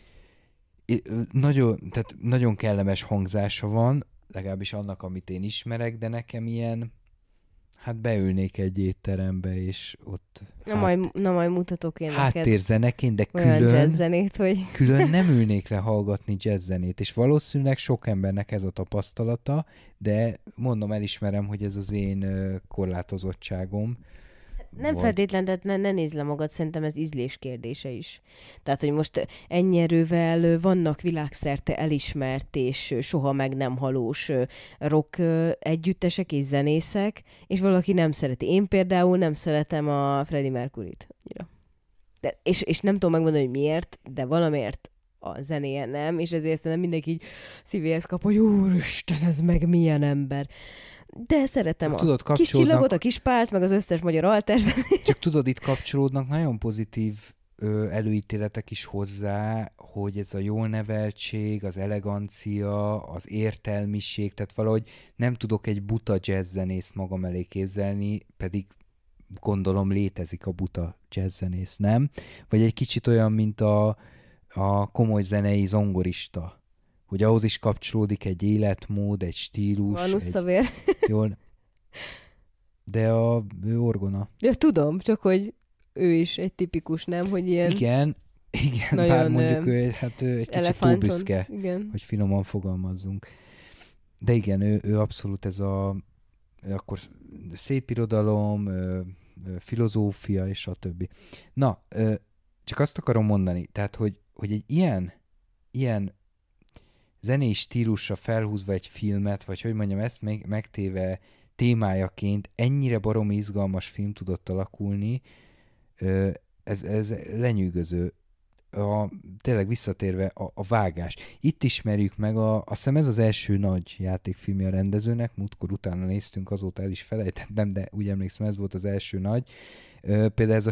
Nagyon kellemes hangzása van, legalábbis annak, amit én ismerek, de nekem ilyen, hát beülnék egy étterembe, és ott... Na majd mutatok én neked háttérzeneként, de olyan jazzzenét, hogy... külön nem ülnék le hallgatni jazzzenét, és valószínűleg sok embernek ez a tapasztalata, de mondom, elismerem, hogy ez az én korlátozottságom. Nem feltétlen, de ne nézd le magad, szerintem ez ízlés kérdése is. Tehát, hogy most ennyi erővel vannak világszerte elismert és soha meg nem halós rock együttesek és zenészek, és valaki nem szereti. Én például nem szeretem a Freddie Mercuryt. És nem tudom megmondani, hogy miért, de valamiért a zenéje nem, és ezért nem mindenki így szívéhez kap, hogy úristen, ez meg milyen ember. De szeretem kis csillagot, a kis pált, meg az összes magyar alterzenét. Csak tudod, itt kapcsolódnak nagyon pozitív előítéletek is hozzá, hogy ez a jól neveltség, az elegancia, az értelmiség, tehát valahogy nem tudok egy buta jazzzenészt magam elé képzelni, pedig gondolom létezik a buta jazzzenész, nem? Vagy egy kicsit olyan, mint a komoly zenei zongorista, hogy ahhoz is kapcsolódik egy életmód, egy stílus. Van usszavér. Jól. De ő orgona. Ja, tudom, csak hogy ő is egy tipikus, nem? Hogy ilyen... Igen, bár mondjuk ő egy kicsit túl büszke, igen. hogy finoman fogalmazzunk. De igen, ő abszolút ez akkor szép irodalom, filozófia és a többi. Na, csak azt akarom mondani, tehát, hogy egy ilyen zenei stílusra felhúzva egy filmet, vagy hogy mondjam, ezt megtéve témájaként ennyire baromi izgalmas film tudott alakulni, ez lenyűgöző. Tényleg visszatérve a vágás. Itt ismerjük meg, azt hiszem ez az első nagy játékfilmje a rendezőnek, múltkor utána néztünk, azóta el is felejtettem, de úgy emlékszem, ez volt az első nagy. Például ez a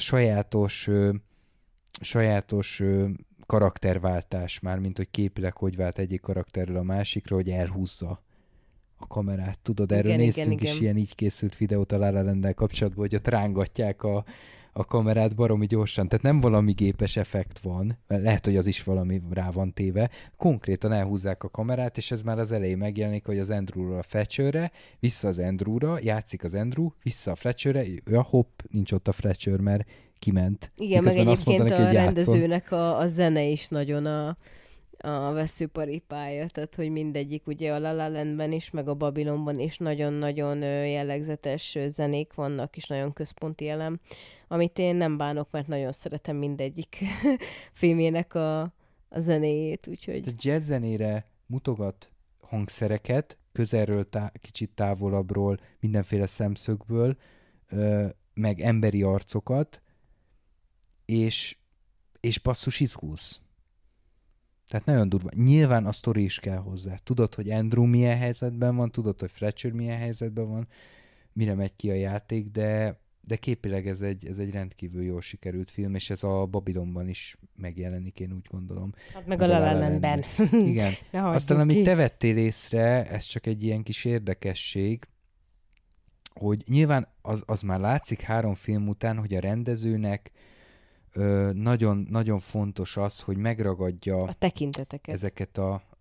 sajátos karakterváltás már, mint hogy képileg hogy vált egyik karakterről a másikra, hogy elhúzza a kamerát. Tudod, erről néztünk is ilyen így készült videót a La La Landdel kapcsolatban, hogy ott rángatják a kamerát baromi gyorsan. Tehát nem valami gépes effekt van, lehet, hogy az is valami rá van téve. Konkrétan elhúzzák a kamerát, és ez már az elején megjelenik, hogy az Andrewról a Fletcherre, vissza az Andrewra, játszik az Andrew, vissza a Fletcherre, ja hopp, nincs ott a Fletcher, mert kiment. Igen, meg egyébként a rendezőnek a zene is nagyon a veszőparipája, tehát hogy mindegyik ugye a La La Landben is, meg a Babylonban is nagyon-nagyon jellegzetes zenék vannak, és nagyon központi elem, amit én nem bánok, mert nagyon szeretem mindegyik filmjének a zenéjét, úgyhogy... A jazz zenére mutogat hangszereket, közelről, kicsit távolabbról, mindenféle szemszögből, meg emberi arcokat, és basszus izgulsz. Tehát nagyon durva. Nyilván a sztori is kell hozzá. Tudod, hogy Andrew milyen helyzetben van, tudod, hogy Fletcher milyen helyzetben van, mire megy ki a játék, de képileg ez egy rendkívül jól sikerült film, és ez a Babylonban is megjelenik, én úgy gondolom. Hát meg a La La Landben. Igen. Aztán, amit te vettél észre, ez csak egy ilyen kis érdekesség, hogy nyilván az már látszik 3 film után, hogy a rendezőnek nagyon, nagyon fontos az, hogy megragadja a tekinteteket. Ezeket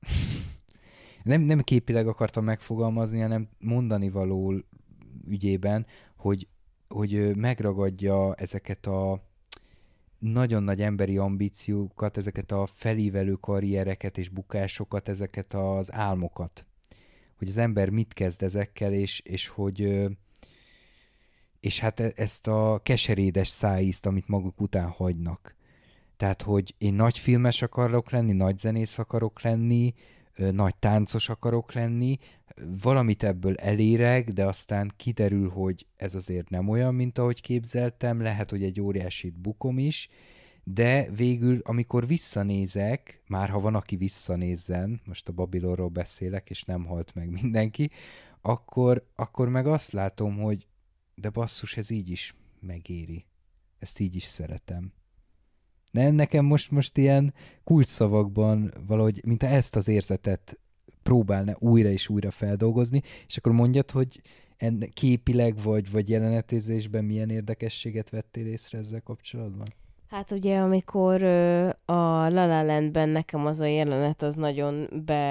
Nem képileg akartam megfogalmazni, hanem mondani való ügyében, hogy megragadja ezeket a nagyon nagy emberi ambíciókat, ezeket a felívelő karriereket és bukásokat, ezeket az álmokat. Hogy az ember mit kezd ezekkel, és hogy és hát ezt a keserédes szájízt, amit maguk után hagynak. Tehát, hogy én nagy filmes akarok lenni, nagy zenész akarok lenni, nagy táncos akarok lenni, valamit ebből elérek, de aztán kiderül, hogy ez azért nem olyan, mint ahogy képzeltem, lehet, hogy egy óriásit bukom is, de végül, amikor visszanézek, már ha van, aki visszanézzen, most a Babilonról beszélek, és nem halt meg mindenki, akkor meg azt látom, hogy de basszus, ez így is megéri. Ezt így is szeretem. Nekem most ilyen kulcsszavakban valahogy, mint ezt az érzetet próbálna újra és újra feldolgozni, és akkor mondjad, hogy képileg vagy jelenetézésben milyen érdekességet vettél észre ezzel kapcsolatban? Hát ugye, amikor a La La Landben nekem az a jelenet az nagyon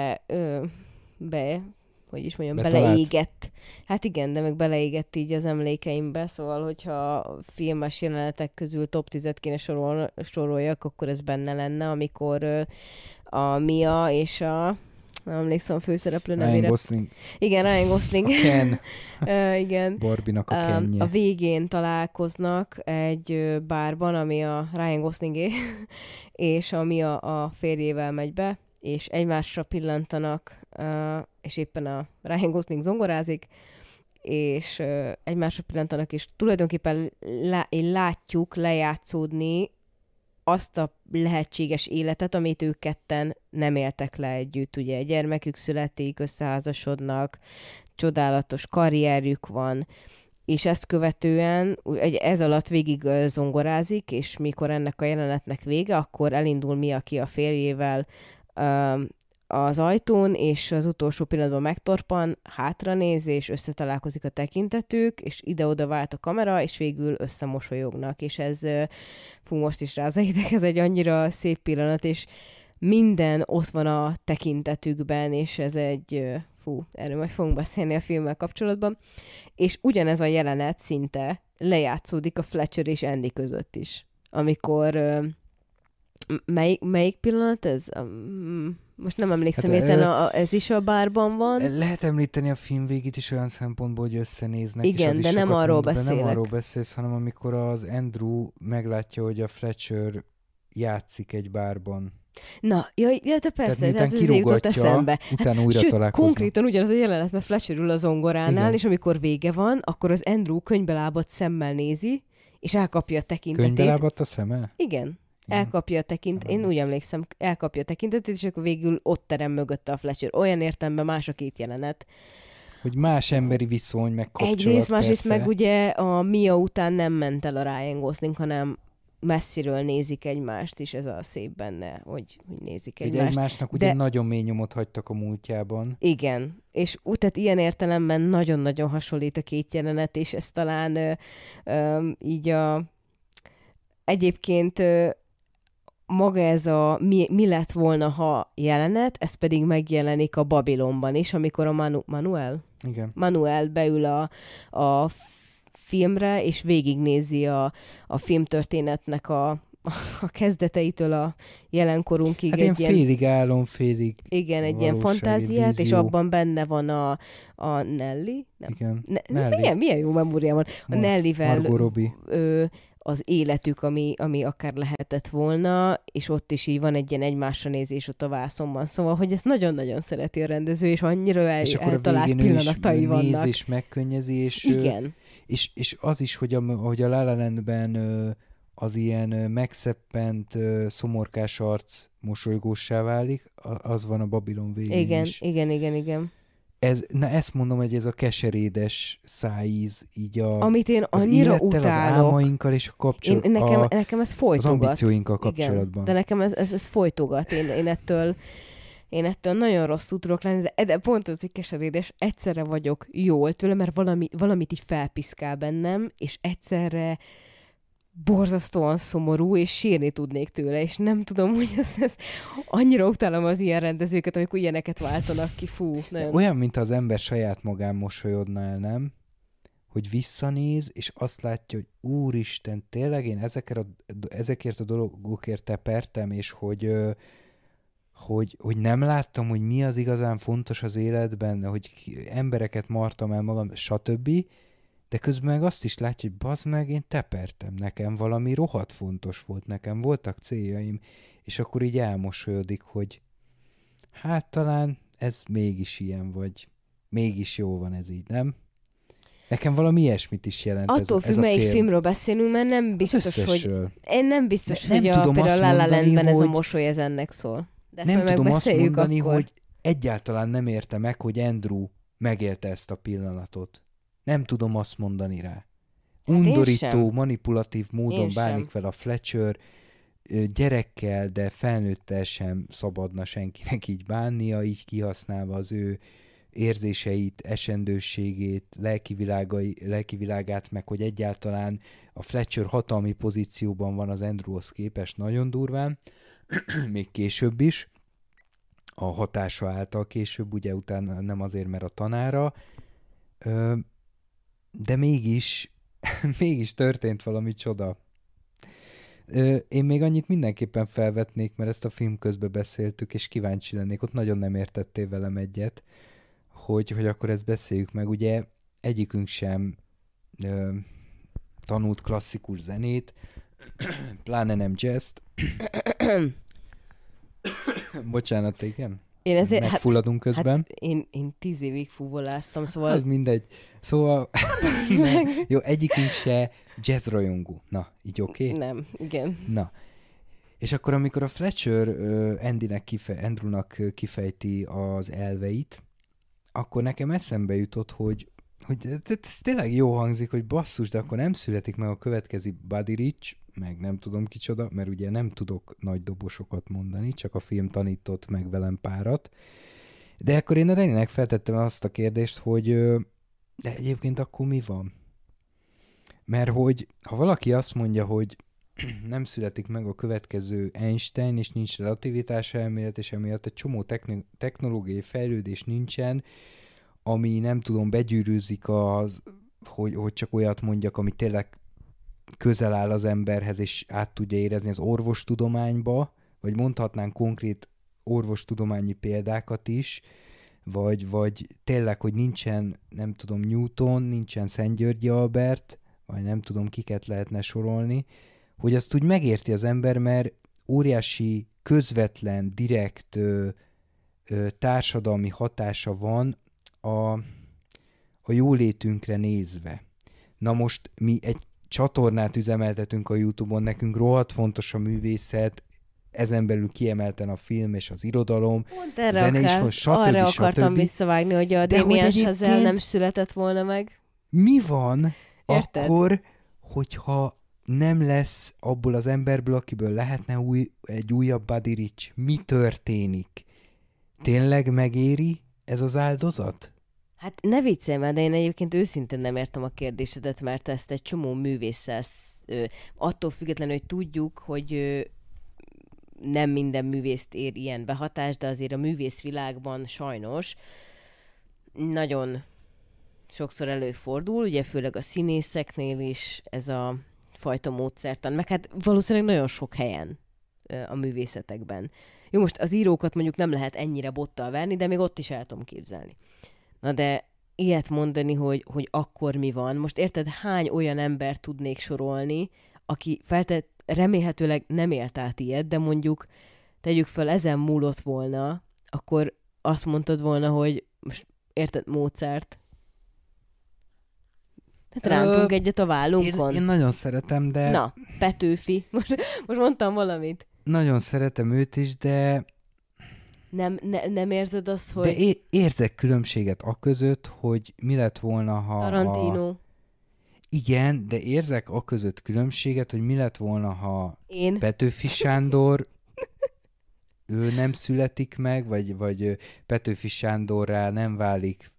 hogy is mondjam, beleégett. Hát igen, de meg beleégett így az emlékeimbe, szóval, hogyha filmes jelenetek közül top 10-et kéne soroljak, akkor ez benne lenne, amikor a Mia és nem emlékszem a főszereplő nevére. Ryan Gosling. Igen, Ryan Gosling. A Ken. Igen. Barbinak a Kenje. A végén találkoznak egy bárban, ami a Ryan Goslingé, és ami a férjével megy be, és egymásra pillantanak, és éppen a Ryan Gosling zongorázik, és egymásra pillantanak, és tulajdonképpen látjuk lejátszódni azt a lehetséges életet, amit ők ketten nem éltek le együtt. Ugye gyermekük születik, összeházasodnak, csodálatos karrierjük van, és ezt követően ez alatt végig zongorázik, és mikor ennek a jelenetnek vége, akkor elindul Mia ki a férjével az ajtón, és az utolsó pillanatban megtorpan, hátranéz, és összetalálkozik a tekintetük, és ide-oda vált a kamera, és végül összemosolyognak, és ez, most is rázaidek, ez egy annyira szép pillanat, és minden ott van a tekintetükben, és ez egy, erről majd fogunk beszélni a filmmel kapcsolatban, és ugyanez a jelenet szinte lejátszódik a Fletcher és Andy között is, amikor melyik pillanat ez? Most nem emlékszem, hát, ez is a bárban van. Lehet említeni a film végét is olyan szempontból, hogy összenéznek. Igen, és de nem arról beszélek. De nem arról beszélsz, hanem amikor az Andrew meglátja, hogy a Fletcher játszik egy bárban. Na, ja, de persze, tehát ez jutott eszembe. Utána újra találkoznak. Konkrétan ugyanaz a jelenet, mert Fletcher ül a zongoránál, igen. És amikor vége van, akkor az Andrew könybelábadt szemmel nézi, és elkapja a tekintetét. Könybelábadt a szeme? Igen. Elkapja a tekintetét, én úgy emlékszem, elkapja a tekintetét, és akkor végül ott terem mögötte a Fletcher. Olyan értelemben más a két jelenet. Hogy más emberi viszony, meg kapcsolat. Egyrészt, másrészt meg ugye a Mia után nem ment el a Ryan Gosling, hanem messziről nézik egymást, és ez a szép benne, hogy nézik egymást. Egymásnak ugye nagyon mély nyomot hagytak a múltjában. Igen, és tehát ilyen értelemben nagyon-nagyon hasonlít a két jelenet, és ez talán így egyébként maga ez a mi lett volna, ha jelenet, ez pedig megjelenik a Babilonban is, amikor a Manuel beül a filmre, és végignézi a filmtörténetnek a kezdeteitől a jelenkorunkig. Hát ilyen félig álom, félig igen, egy ilyen fantáziát, vízió. És abban benne van a Nelly. Nem. Igen. Nelly. Milyen jó memória van. A Nellyvel Margot Robbie. Az életük, ami akár lehetett volna, és ott is így van egy ilyen egymásra nézés ott a vászonban. Szóval, hogy ezt nagyon-nagyon szereti a rendező, és annyira eltalált pillanatai vannak. És néz és megkönnyezi, és, igen. És az is, hogy a La La Landben az ilyen megszeppent, szomorkás arc mosolygóssá válik, az van a Babilon végén is. Igen. Ezt mondom, hogy ez a keserédes szájíz, így amit én annyira utálok. Az álmainkkal és a kapcsolatban. Nekem ez folytogat. Az ambícióinkkal kapcsolatban. Igen, de nekem ez folytogat. Én ettől nagyon rosszul tudok lenni, de pont az egy keserédes. Egyszerre vagyok jól tőle, mert valamit így felpiszkál bennem, és egyszerre borzasztóan szomorú, és sírni tudnék tőle, és nem tudom, hogy ez annyira utálom az ilyen rendezőket, amikor ilyeneket váltanak ki, fú, De nagyon. olyan, mint az ember saját magán mosolyodna el, nem? Hogy visszanéz, és azt látja, hogy úristen, tényleg én ezekért a dolgokért tepertem, és hogy nem láttam, hogy mi az igazán fontos az életben, hogy embereket martam el magam, stb. De közben meg azt is látja, hogy bazd meg, én tepertem, nekem valami rohadt fontos volt, nekem voltak céljaim, és akkor így elmosolyodik, hogy hát talán ez mégis ilyen, vagy mégis jó van ez így, nem? Nekem valami ilyesmit is jelent Attól ez függ, a melyik film. filmről beszélünk, mert nem Az biztos, hogy... összesről. Én nem biztos, Nem hogy tudom például azt a La La mondani, Landben ez a hogy- mosoly ez ennek szól. De ezt Nem majd tudom azt megbeszéljük mondani, akkor. hogy egyáltalán nem érte meg, hogy Andrew megélte ezt a pillanatot. Nem tudom azt mondani rá. én Undorító, sem. manipulatív módon Én sem. bánik vele a Fletcher, gyerekkel, de felnőttel sem szabadna senkinek így bánnia, így kihasználva az ő érzéseit, esendőségét, lelkivilágát, meg hogy egyáltalán a Fletcher hatalmi pozícióban van az Andrewhoz képest nagyon durván, még később is, a hatása által később, ugye utána nem azért, mert a tanára, de mégis, mégis történt valami csoda. Én még annyit mindenképpen felvetnék, mert ezt a film közben beszéltük, és kíváncsi lennék, ott nagyon nem értettél velem egyet, hogy akkor ezt beszéljük meg. Ugye egyikünk sem tanult klasszikus zenét, pláne nem jazzt. Bocsánat, igen? Én ezért, Megfulladunk közben. hát én 10 évig fuvoláztam, szóval... Az mindegy. Szóval, jó, egyikünk se jazz rajongó. Na, így oké? Nem, igen. Na. És akkor, amikor a Fletcher Andrewnak kifejti az elveit, akkor nekem eszembe jutott, hogy ez tényleg jó hangzik, hogy basszus, de akkor nem születik meg a következő Buddy Rich, meg nem tudom kicsoda, mert ugye nem tudok nagy dobosokat mondani, csak a film tanított meg velem párat. De akkor én a Reninek feltettem azt a kérdést, hogy de egyébként akkor mi van? Mert hogy ha valaki azt mondja, hogy nem születik meg a következő Einstein, és nincs relativitás elmélet, és emiatt egy csomó technológiai fejlődés nincsen, ami nem tudom, begyűrűzik hogy csak olyat mondjak, ami tényleg közel áll az emberhez, és át tudja érezni az orvostudományba, vagy mondhatnánk konkrét orvostudományi példákat is, vagy tényleg, hogy nincsen, nem tudom, Newton, nincsen Szent-Györgyi Albert, vagy nem tudom, kiket lehetne sorolni, hogy azt úgy megérti az ember, mert óriási, közvetlen, direkt társadalmi hatása van a jólétünkre nézve. Na most mi egy csatornát üzemeltetünk a YouTube-on, nekünk rohadt fontos a művészet, ezen belül kiemelten a film és az irodalom, Pont erre, zene is van, arra akartam stb. Visszavágni, hogy a De hogy Damien Chazelle egyébként- nem született volna meg. Mi van Érted? akkor, hogyha nem lesz abból az emberből, akiből lehetne egy újabb Buddy Rich? Mi történik? Tényleg megéri ez az áldozat? Hát ne viccelj már, de én egyébként őszintén nem értem a kérdésedet, mert ezt egy csomó művésszel, attól függetlenül, hogy tudjuk, hogy nem minden művészt ér ilyen behatás, de azért a művészvilágban sajnos nagyon sokszor előfordul, ugye főleg a színészeknél is ez a fajta módszertan, meg hát valószínűleg nagyon sok helyen a művészetekben. Jó, most az írókat mondjuk nem lehet ennyire bottal verni, de még ott is el tudom képzelni. Na de ilyet mondani, hogy akkor mi van? Most érted, hány olyan ember tudnék sorolni, aki remélhetőleg nem élt át ilyet, de mondjuk tegyük föl, ezen múlott volna, akkor azt mondtad volna, hogy most érted, Mozart? Hát rántunk egyet a vállunkon. Én nagyon szeretem, de... Na, Petőfi. Most mondtam valamit. Nagyon szeretem őt is, de... Nem érzed azt, hogy... De érzek különbséget aközött, hogy mi lett volna, ha... Tarantino. Igen, de érzek aközött különbséget, hogy mi lett volna, ha Én. Petőfi Sándor ő nem születik meg, vagy Petőfi Sándorrá nem válik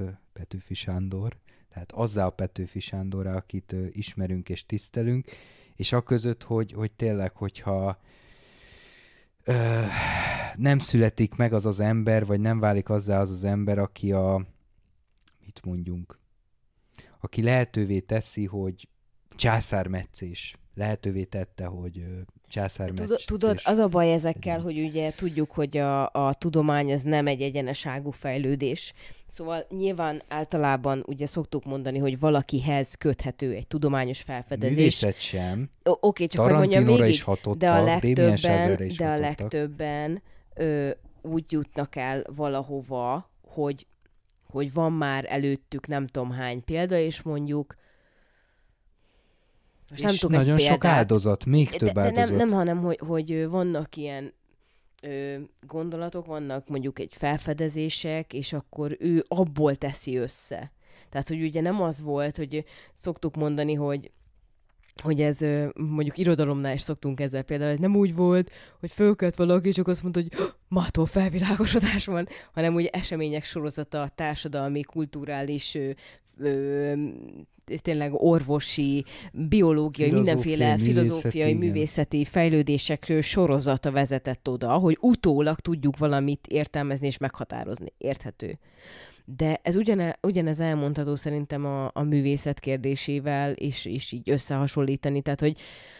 Petőfi Sándor, tehát azzá a Petőfi Sándorrá, akit ismerünk és tisztelünk, és aközött, hogy tényleg, hogyha ö, nem születik meg az az ember, vagy nem válik azzá az az ember, aki mit mondjunk, aki lehetővé teszi, hogy császármetszés. Lehetővé tette, hogy császármetszés. Tudod, az a baj ezekkel, hogy ugye tudjuk, hogy a tudomány ez nem egy egyeneságú fejlődés. Szóval nyilván általában ugye szoktuk mondani, hogy valakihez köthető egy tudományos felfedezés. Művészet sem. Oké, csak megmondjam Tarantinóra végig, is hatottak, de a hatottak. legtöbben úgy jutnak el valahova, hogy van már előttük nem tudom hány példa, és mondjuk most nem és tudok nagyon egy sok példát, áldozat, még több áldozat. nem, hanem hogy vannak ilyen gondolatok, vannak mondjuk egy felfedezések, és akkor ő abból teszi össze. Tehát, hogy ugye nem az volt, hogy szoktuk mondani, hogy ez mondjuk irodalomnál is szoktunk ezzel például, hogy nem úgy volt, hogy fölkelt valaki, csak azt mondta, hogy mától felvilágosodás van, hanem úgy események sorozata, társadalmi, kulturális, tényleg orvosi, biológiai, mindenféle filozófiai, művészeti fejlődések sorozata vezetett oda, hogy utólag tudjuk valamit értelmezni és meghatározni. Érthető. De ez ugyanez elmondható szerintem a művészet kérdésével, és így összehasonlítani. Tehát, hogy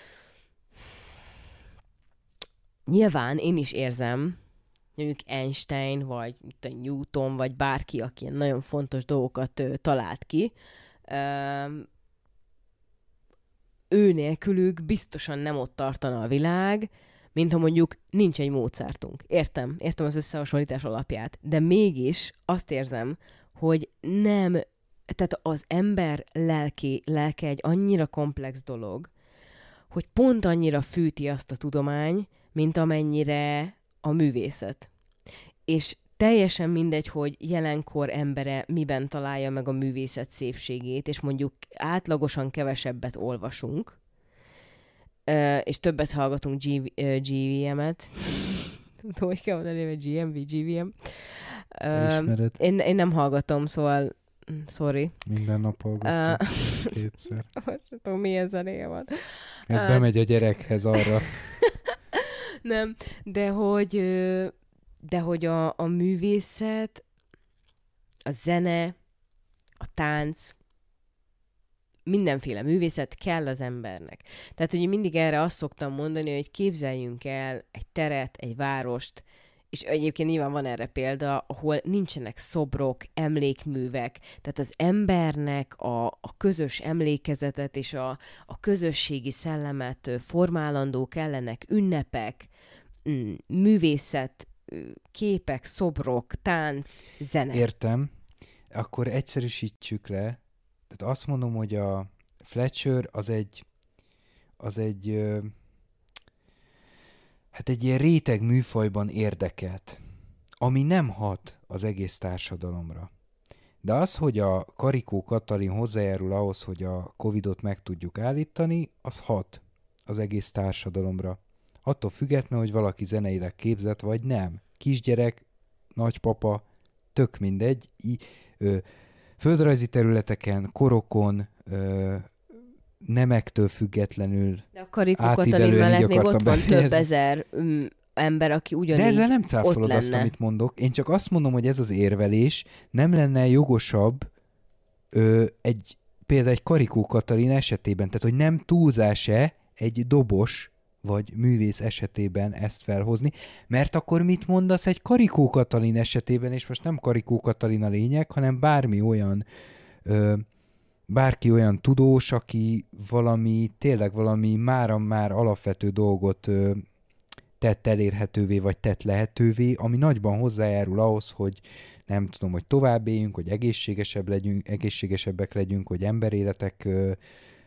nyilván én is érzem, mondjuk Einstein, vagy Newton, vagy bárki, aki ilyen nagyon fontos dolgokat talált ki, ő nélkülük biztosan nem ott tartana a világ, mint ha mondjuk nincs egy Mozartunk. Értem az összehasonlítás alapját, de mégis azt érzem, hogy nem, tehát az ember lelke egy annyira komplex dolog, hogy pont annyira fűti azt a tudomány, mint amennyire a művészet. És teljesen mindegy, hogy jelenkor embere miben találja meg a művészet szépségét, és mondjuk átlagosan kevesebbet olvasunk, és többet hallgatunk GVM-et. Tudom, hogy kell mondani, hogy GVM. Én nem hallgatom, szóval sorry. Minden nap hallgatom. Kétszer. Most tudom, milyen zenéje van. Bemegy a gyerekhez arra. Nem, de hogy a művészet, a zene, a tánc, mindenféle művészet kell az embernek. Tehát, hogy mindig erre azt szoktam mondani, hogy képzeljünk el egy teret, egy várost, és egyébként nyilván van erre példa, ahol nincsenek szobrok, emlékművek, tehát az embernek a közös emlékezetet és a közösségi szellemet formálandó kellenek ünnepek, művészet, képek, szobrok, tánc, zene. Értem. Akkor egyszerűsítsük le. Tehát azt mondom, hogy a Fletcher az egy hát egy ilyen réteg műfajban érdekelt, ami nem hat az egész társadalomra. De az, hogy a Karikó Katalin hozzájárul ahhoz, hogy a Covidot meg tudjuk állítani, az hat az egész társadalomra. Attól függetlenül, hogy valaki zeneileg képzett, vagy nem. Kisgyerek, nagypapa, tök mindegy. Földrajzi területeken, korokon, nemektől függetlenül. De a Karikó Katalin mellett még ott van több ezer ember, aki ugyanígy de ezzel nem cáfolod azt, amit mondok. Én csak azt mondom, hogy ez az érvelés nem lenne jogosabb például egy Karikó Katalin esetében. Tehát, hogy nem túlzás-e egy dobos vagy művész esetében ezt felhozni, mert akkor mit mondasz egy Karikó Katalin esetében, és most nem Karikó Katalin a lényeg, hanem bárki olyan tudós, aki tényleg valami mára már alapvető dolgot tett elérhetővé, vagy tett lehetővé, ami nagyban hozzájárul ahhoz, hogy nem tudom, hogy tovább éljünk, hogy egészségesebbek legyünk, hogy emberéleteket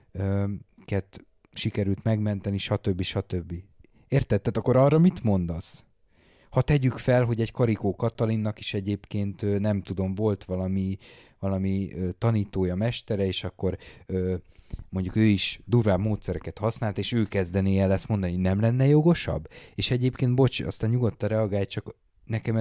sikerült megmenteni, stb. Érted? Tehát akkor arra mit mondasz? Ha tegyük fel, hogy egy Karikó Katalinnak is egyébként, nem tudom, volt valami tanítója, mestere, és akkor mondjuk ő is durvább módszereket használt, és ő kezdené el ezt mondani, nem lenne jogosabb? És egyébként, bocs, aztán nyugodtan reagálj, csak nekem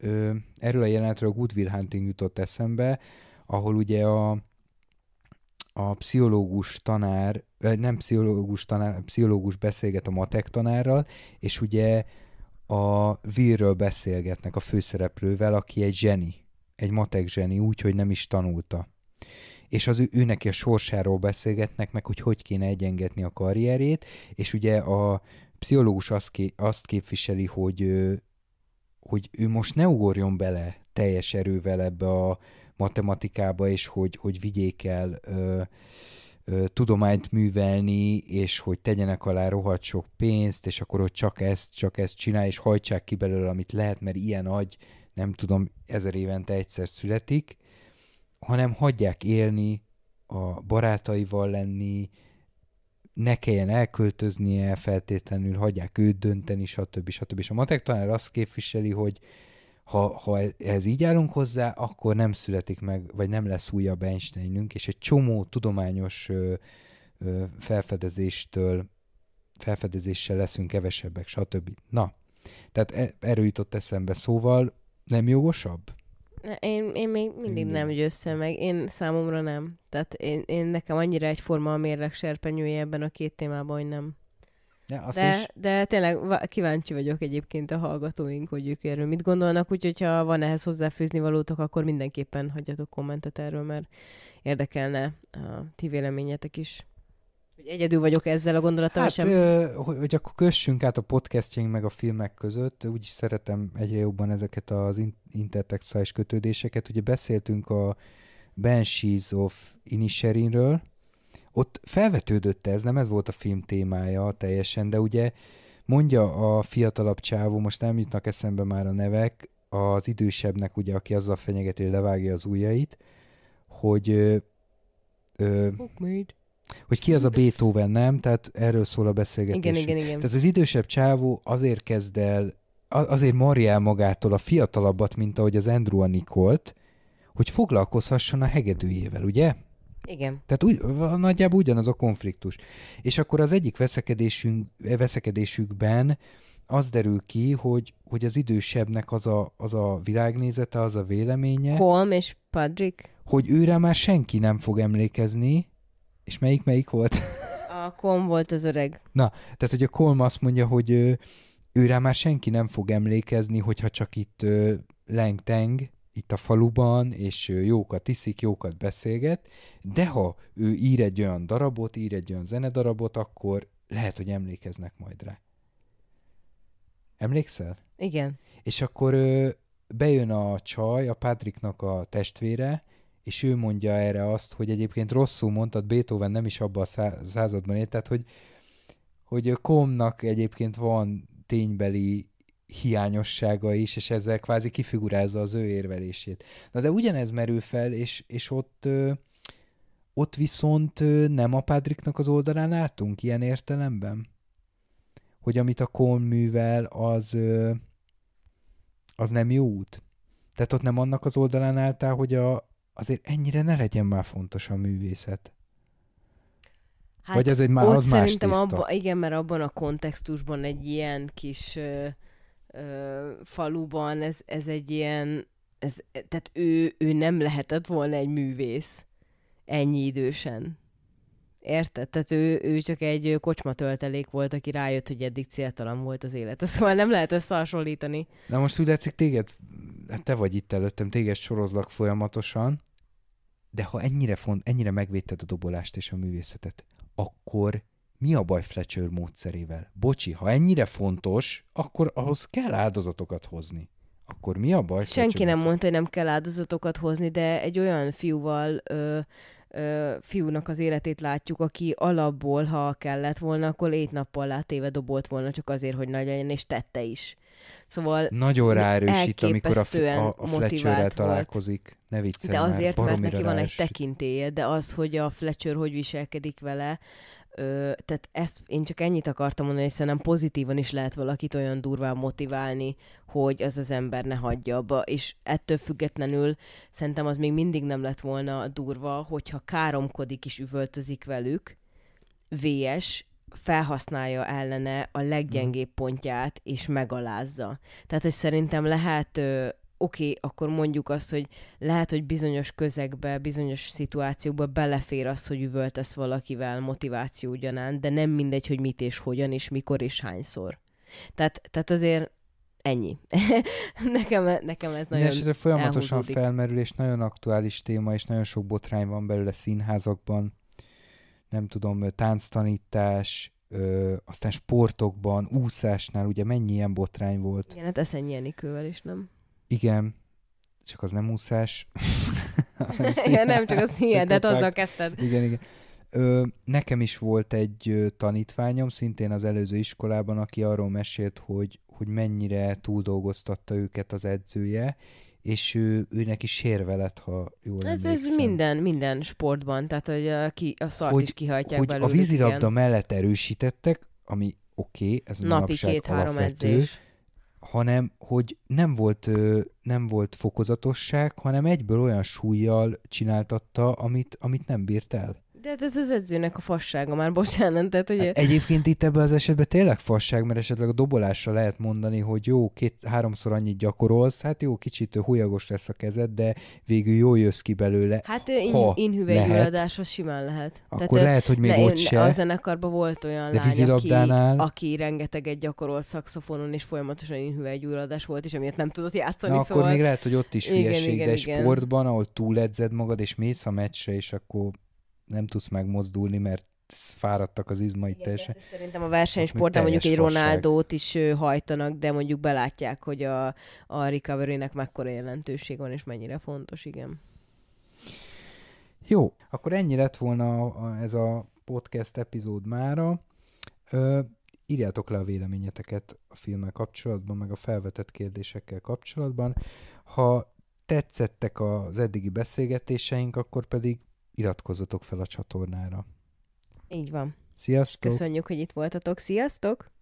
erről a jelenetről a Good Will Hunting jutott eszembe, ahol ugye a pszichológus tanár, nem pszichológus tanár, pszichológus beszélget a matek tanárral, és ugye a Willről beszélgetnek a főszereplővel, aki egy zseni, egy matek zseni, úgy, hogy nem is tanulta. És az ő neki a sorsáról beszélgetnek, meg hogy kéne egyengetni a karrierét, és ugye a pszichológus azt képviseli, hogy ő most ne ugorjon bele teljes erővel ebbe a matematikába, és hogy vigyék el tudományt művelni, és hogy tegyenek alá rohadt sok pénzt, és akkor hogy csak ezt csinálj, és hajtsák ki belőle, amit lehet, mert ilyen agy, nem tudom, 1000 évente egyszer születik, hanem hagyják élni, a barátaival lenni, ne kelljen elköltöznie feltétlenül, hagyják őt dönteni, stb. És a matek tanár azt képviseli, hogy ha ehhez így állunk hozzá, akkor nem születik meg, vagy nem lesz újabb Einsteinünk, és egy csomó tudományos felfedezéssel leszünk kevesebbek, stb. Na, tehát erről jutott eszembe, szóval nem jogosabb? Én még mindig nem győztem meg. Én számomra nem. Tehát én nekem annyira egyforma a mérleg serpenyője ebben a két témában, hogy nem. Ja, de tényleg kíváncsi vagyok egyébként a hallgatóink, hogy ők erről mit gondolnak, úgyhogy ha van ehhez hozzáfűzni valótok, akkor mindenképpen hagyjatok kommentet erről, mert érdekelne a ti véleményetek is. Hogy egyedül vagyok ezzel a gondolattal, hát, sem. Hogy akkor kössünk át a podcastjaink meg a filmek között, úgyis szeretem egyre jobban ezeket az intertextuális kötődéseket. Ugye beszéltünk a Banshees of Inisherinről, ott felvetődött ez, nem ez volt a film témája teljesen, de ugye mondja a fiatalabb csávó, most nem jutnak eszembe már a nevek, az idősebbnek ugye, aki azzal fenyegeti, hogy levágja az ujjait, hogy hogy ki az a Beethoven, nem? Tehát erről szól a beszélgetés. Igen. Tehát az idősebb csávó azért kezd el, azért marja el magától a fiatalabbat, mint ahogy az Andrew a Nicolt, hogy foglalkozhasson a hegedűjével, ugye? Igen. Tehát nagyjából ugyanaz a konfliktus. És akkor az egyik veszekedésükben az derül ki, hogy az idősebbnek az a világnézete, az a véleménye. Colm és Patrick. Hogy őre már senki nem fog emlékezni. És melyik volt? A Colm volt az öreg. Na, tehát hogy a Colm azt mondja, hogy őre már senki nem fog emlékezni, hogyha csak itt leng-teng, itt a faluban, és jókat iszik, jókat beszélget, de ha ő ír egy olyan darabot, ír egy olyan zenedarabot, akkor lehet, hogy emlékeznek majd rá. Emlékszel? Igen. És akkor bejön a csaj, a Patricknak a testvére, és ő mondja erre azt, hogy egyébként rosszul mondtad, Beethoven nem is abban a században élt, tehát hogy Comnak egyébként van ténybeli hiányossága is, és ezzel kvázi kifigurázza az ő érvelését. Na de ugyanez merül fel, és ott viszont nem a Patricknak az oldalán álltunk ilyen értelemben? Hogy amit a Colm művel, az nem jó út? Tehát ott nem annak az oldalán álltál, hogy azért ennyire ne legyen már fontos a művészet. Hát vagy ez egy az más szerintem igen, mert abban a kontextusban egy ilyen kis faluban ez egy ilyen, tehát ő nem lehetett volna egy művész ennyi idősen. Érted? Tehát ő csak egy kocsmatöltelék volt, aki rájött, hogy eddig céltalan volt az élete. Szóval nem lehet összehasonlítani. Na most úgy látszik téged, hát te vagy itt előttem, téged sorozlak folyamatosan, de ha ennyire megvédted a dobolást és a művészetet, akkor mi a baj Fletcher módszerével? Bocsi, ha ennyire fontos, akkor ahhoz kell áldozatokat hozni. Akkor mi a baj? Senki nem mondta, hogy nem kell áldozatokat hozni, de egy olyan fiúnak az életét látjuk, aki alapból, ha kellett volna, akkor 7 nappal látéve dobolt volna csak azért, hogy nagy legyen, és tette is. Szóval nagyon ráerősít, amikor a Fletcherrel találkozik. Ne viccelj de már, azért, mert neki van egy tekintélye, de az, hogy a Fletcher hogy viselkedik vele, tehát ezt én csak ennyit akartam mondani, hogy szerintem pozitívan is lehet valakit olyan durván motiválni, hogy az ember ne hagyja abba, és ettől függetlenül szerintem az még mindig nem lett volna durva, hogyha káromkodik és üvöltözik velük, VS felhasználja ellene a leggyengébb pontját, és megalázza. Tehát, hogy szerintem lehet oké, akkor mondjuk azt, hogy lehet, hogy bizonyos közegbe, bizonyos szituációkba belefér az, hogy üvöltesz valakivel motiváció ugyanán, de nem mindegy, hogy mit és hogyan, és mikor és hányszor. Tehát azért ennyi. nekem ez nagyon Esetre folyamatosan elhúzódik. felmerül, és nagyon aktuális téma, és nagyon sok botrány van belőle színházakban, nem tudom, tánctanítás, aztán sportokban, úszásnál, ugye mennyi ilyen botrány volt. Igen, hát Eszenyi Enikővel is, nem? Igen, csak az nem úszás. Igen, nem csak a színjel, de hát azzal kezdted. Igen. Nekem is volt egy tanítványom, szintén az előző iskolában, aki arról mesélt, hogy mennyire túldolgoztatta őket az edzője, és őnek is sérve lett, ha jól emlékszem. Ez minden sportban, tehát hogy a szart is kihajtják hogy belőlük. A vízilabda igen. mellett erősítettek, ami oké, ez Napi manapság 2-3 alapvető, edzés. hanem hogy nem volt fokozatosság, hanem egyből olyan súlyjal csináltatta, amit nem bírt el. De hát ez az edzőnek a fassága már, bocsánat. Tehát, ugye... Egyébként itt ebben az esetben tényleg fasság, mert esetleg a dobolásra lehet mondani, hogy jó, 2-3-szor annyit gyakorolsz, hát jó, kicsit húlyagos lesz a kezed, de végül jól jössz ki belőle. Hát ha inhüvelygyulladás az simán lehet. Akkor tehát, lehet, hogy még ott se. A zenekarban volt olyan de lány, aki rengeteget gyakorolt szaxofonon, és folyamatosan inhüvelygyulladás volt, és amiért nem tudott játszani. Na, szóval... akkor még lehet, hogy ott is hülyeség, igen, de igen. sportban, ahol túledzed magad, és mész a meccsre, és akkor nem tudsz megmozdulni, mert fáradtak az izmaid teljesen. Szerintem a versenysportban mondjuk egy Ronaldót is hajtanak, de mondjuk belátják, hogy a recovery-nek mekkora jelentőség van, és mennyire fontos, igen. Jó, akkor ennyi lett volna ez a podcast epizód mára. Írjátok le a véleményeteket a filmmel kapcsolatban, meg a felvetett kérdésekkel kapcsolatban. Ha tetszettek az eddigi beszélgetéseink, akkor pedig iratkozzatok fel a csatornára. Így van. Sziasztok! Köszönjük, hogy itt voltatok. Sziasztok!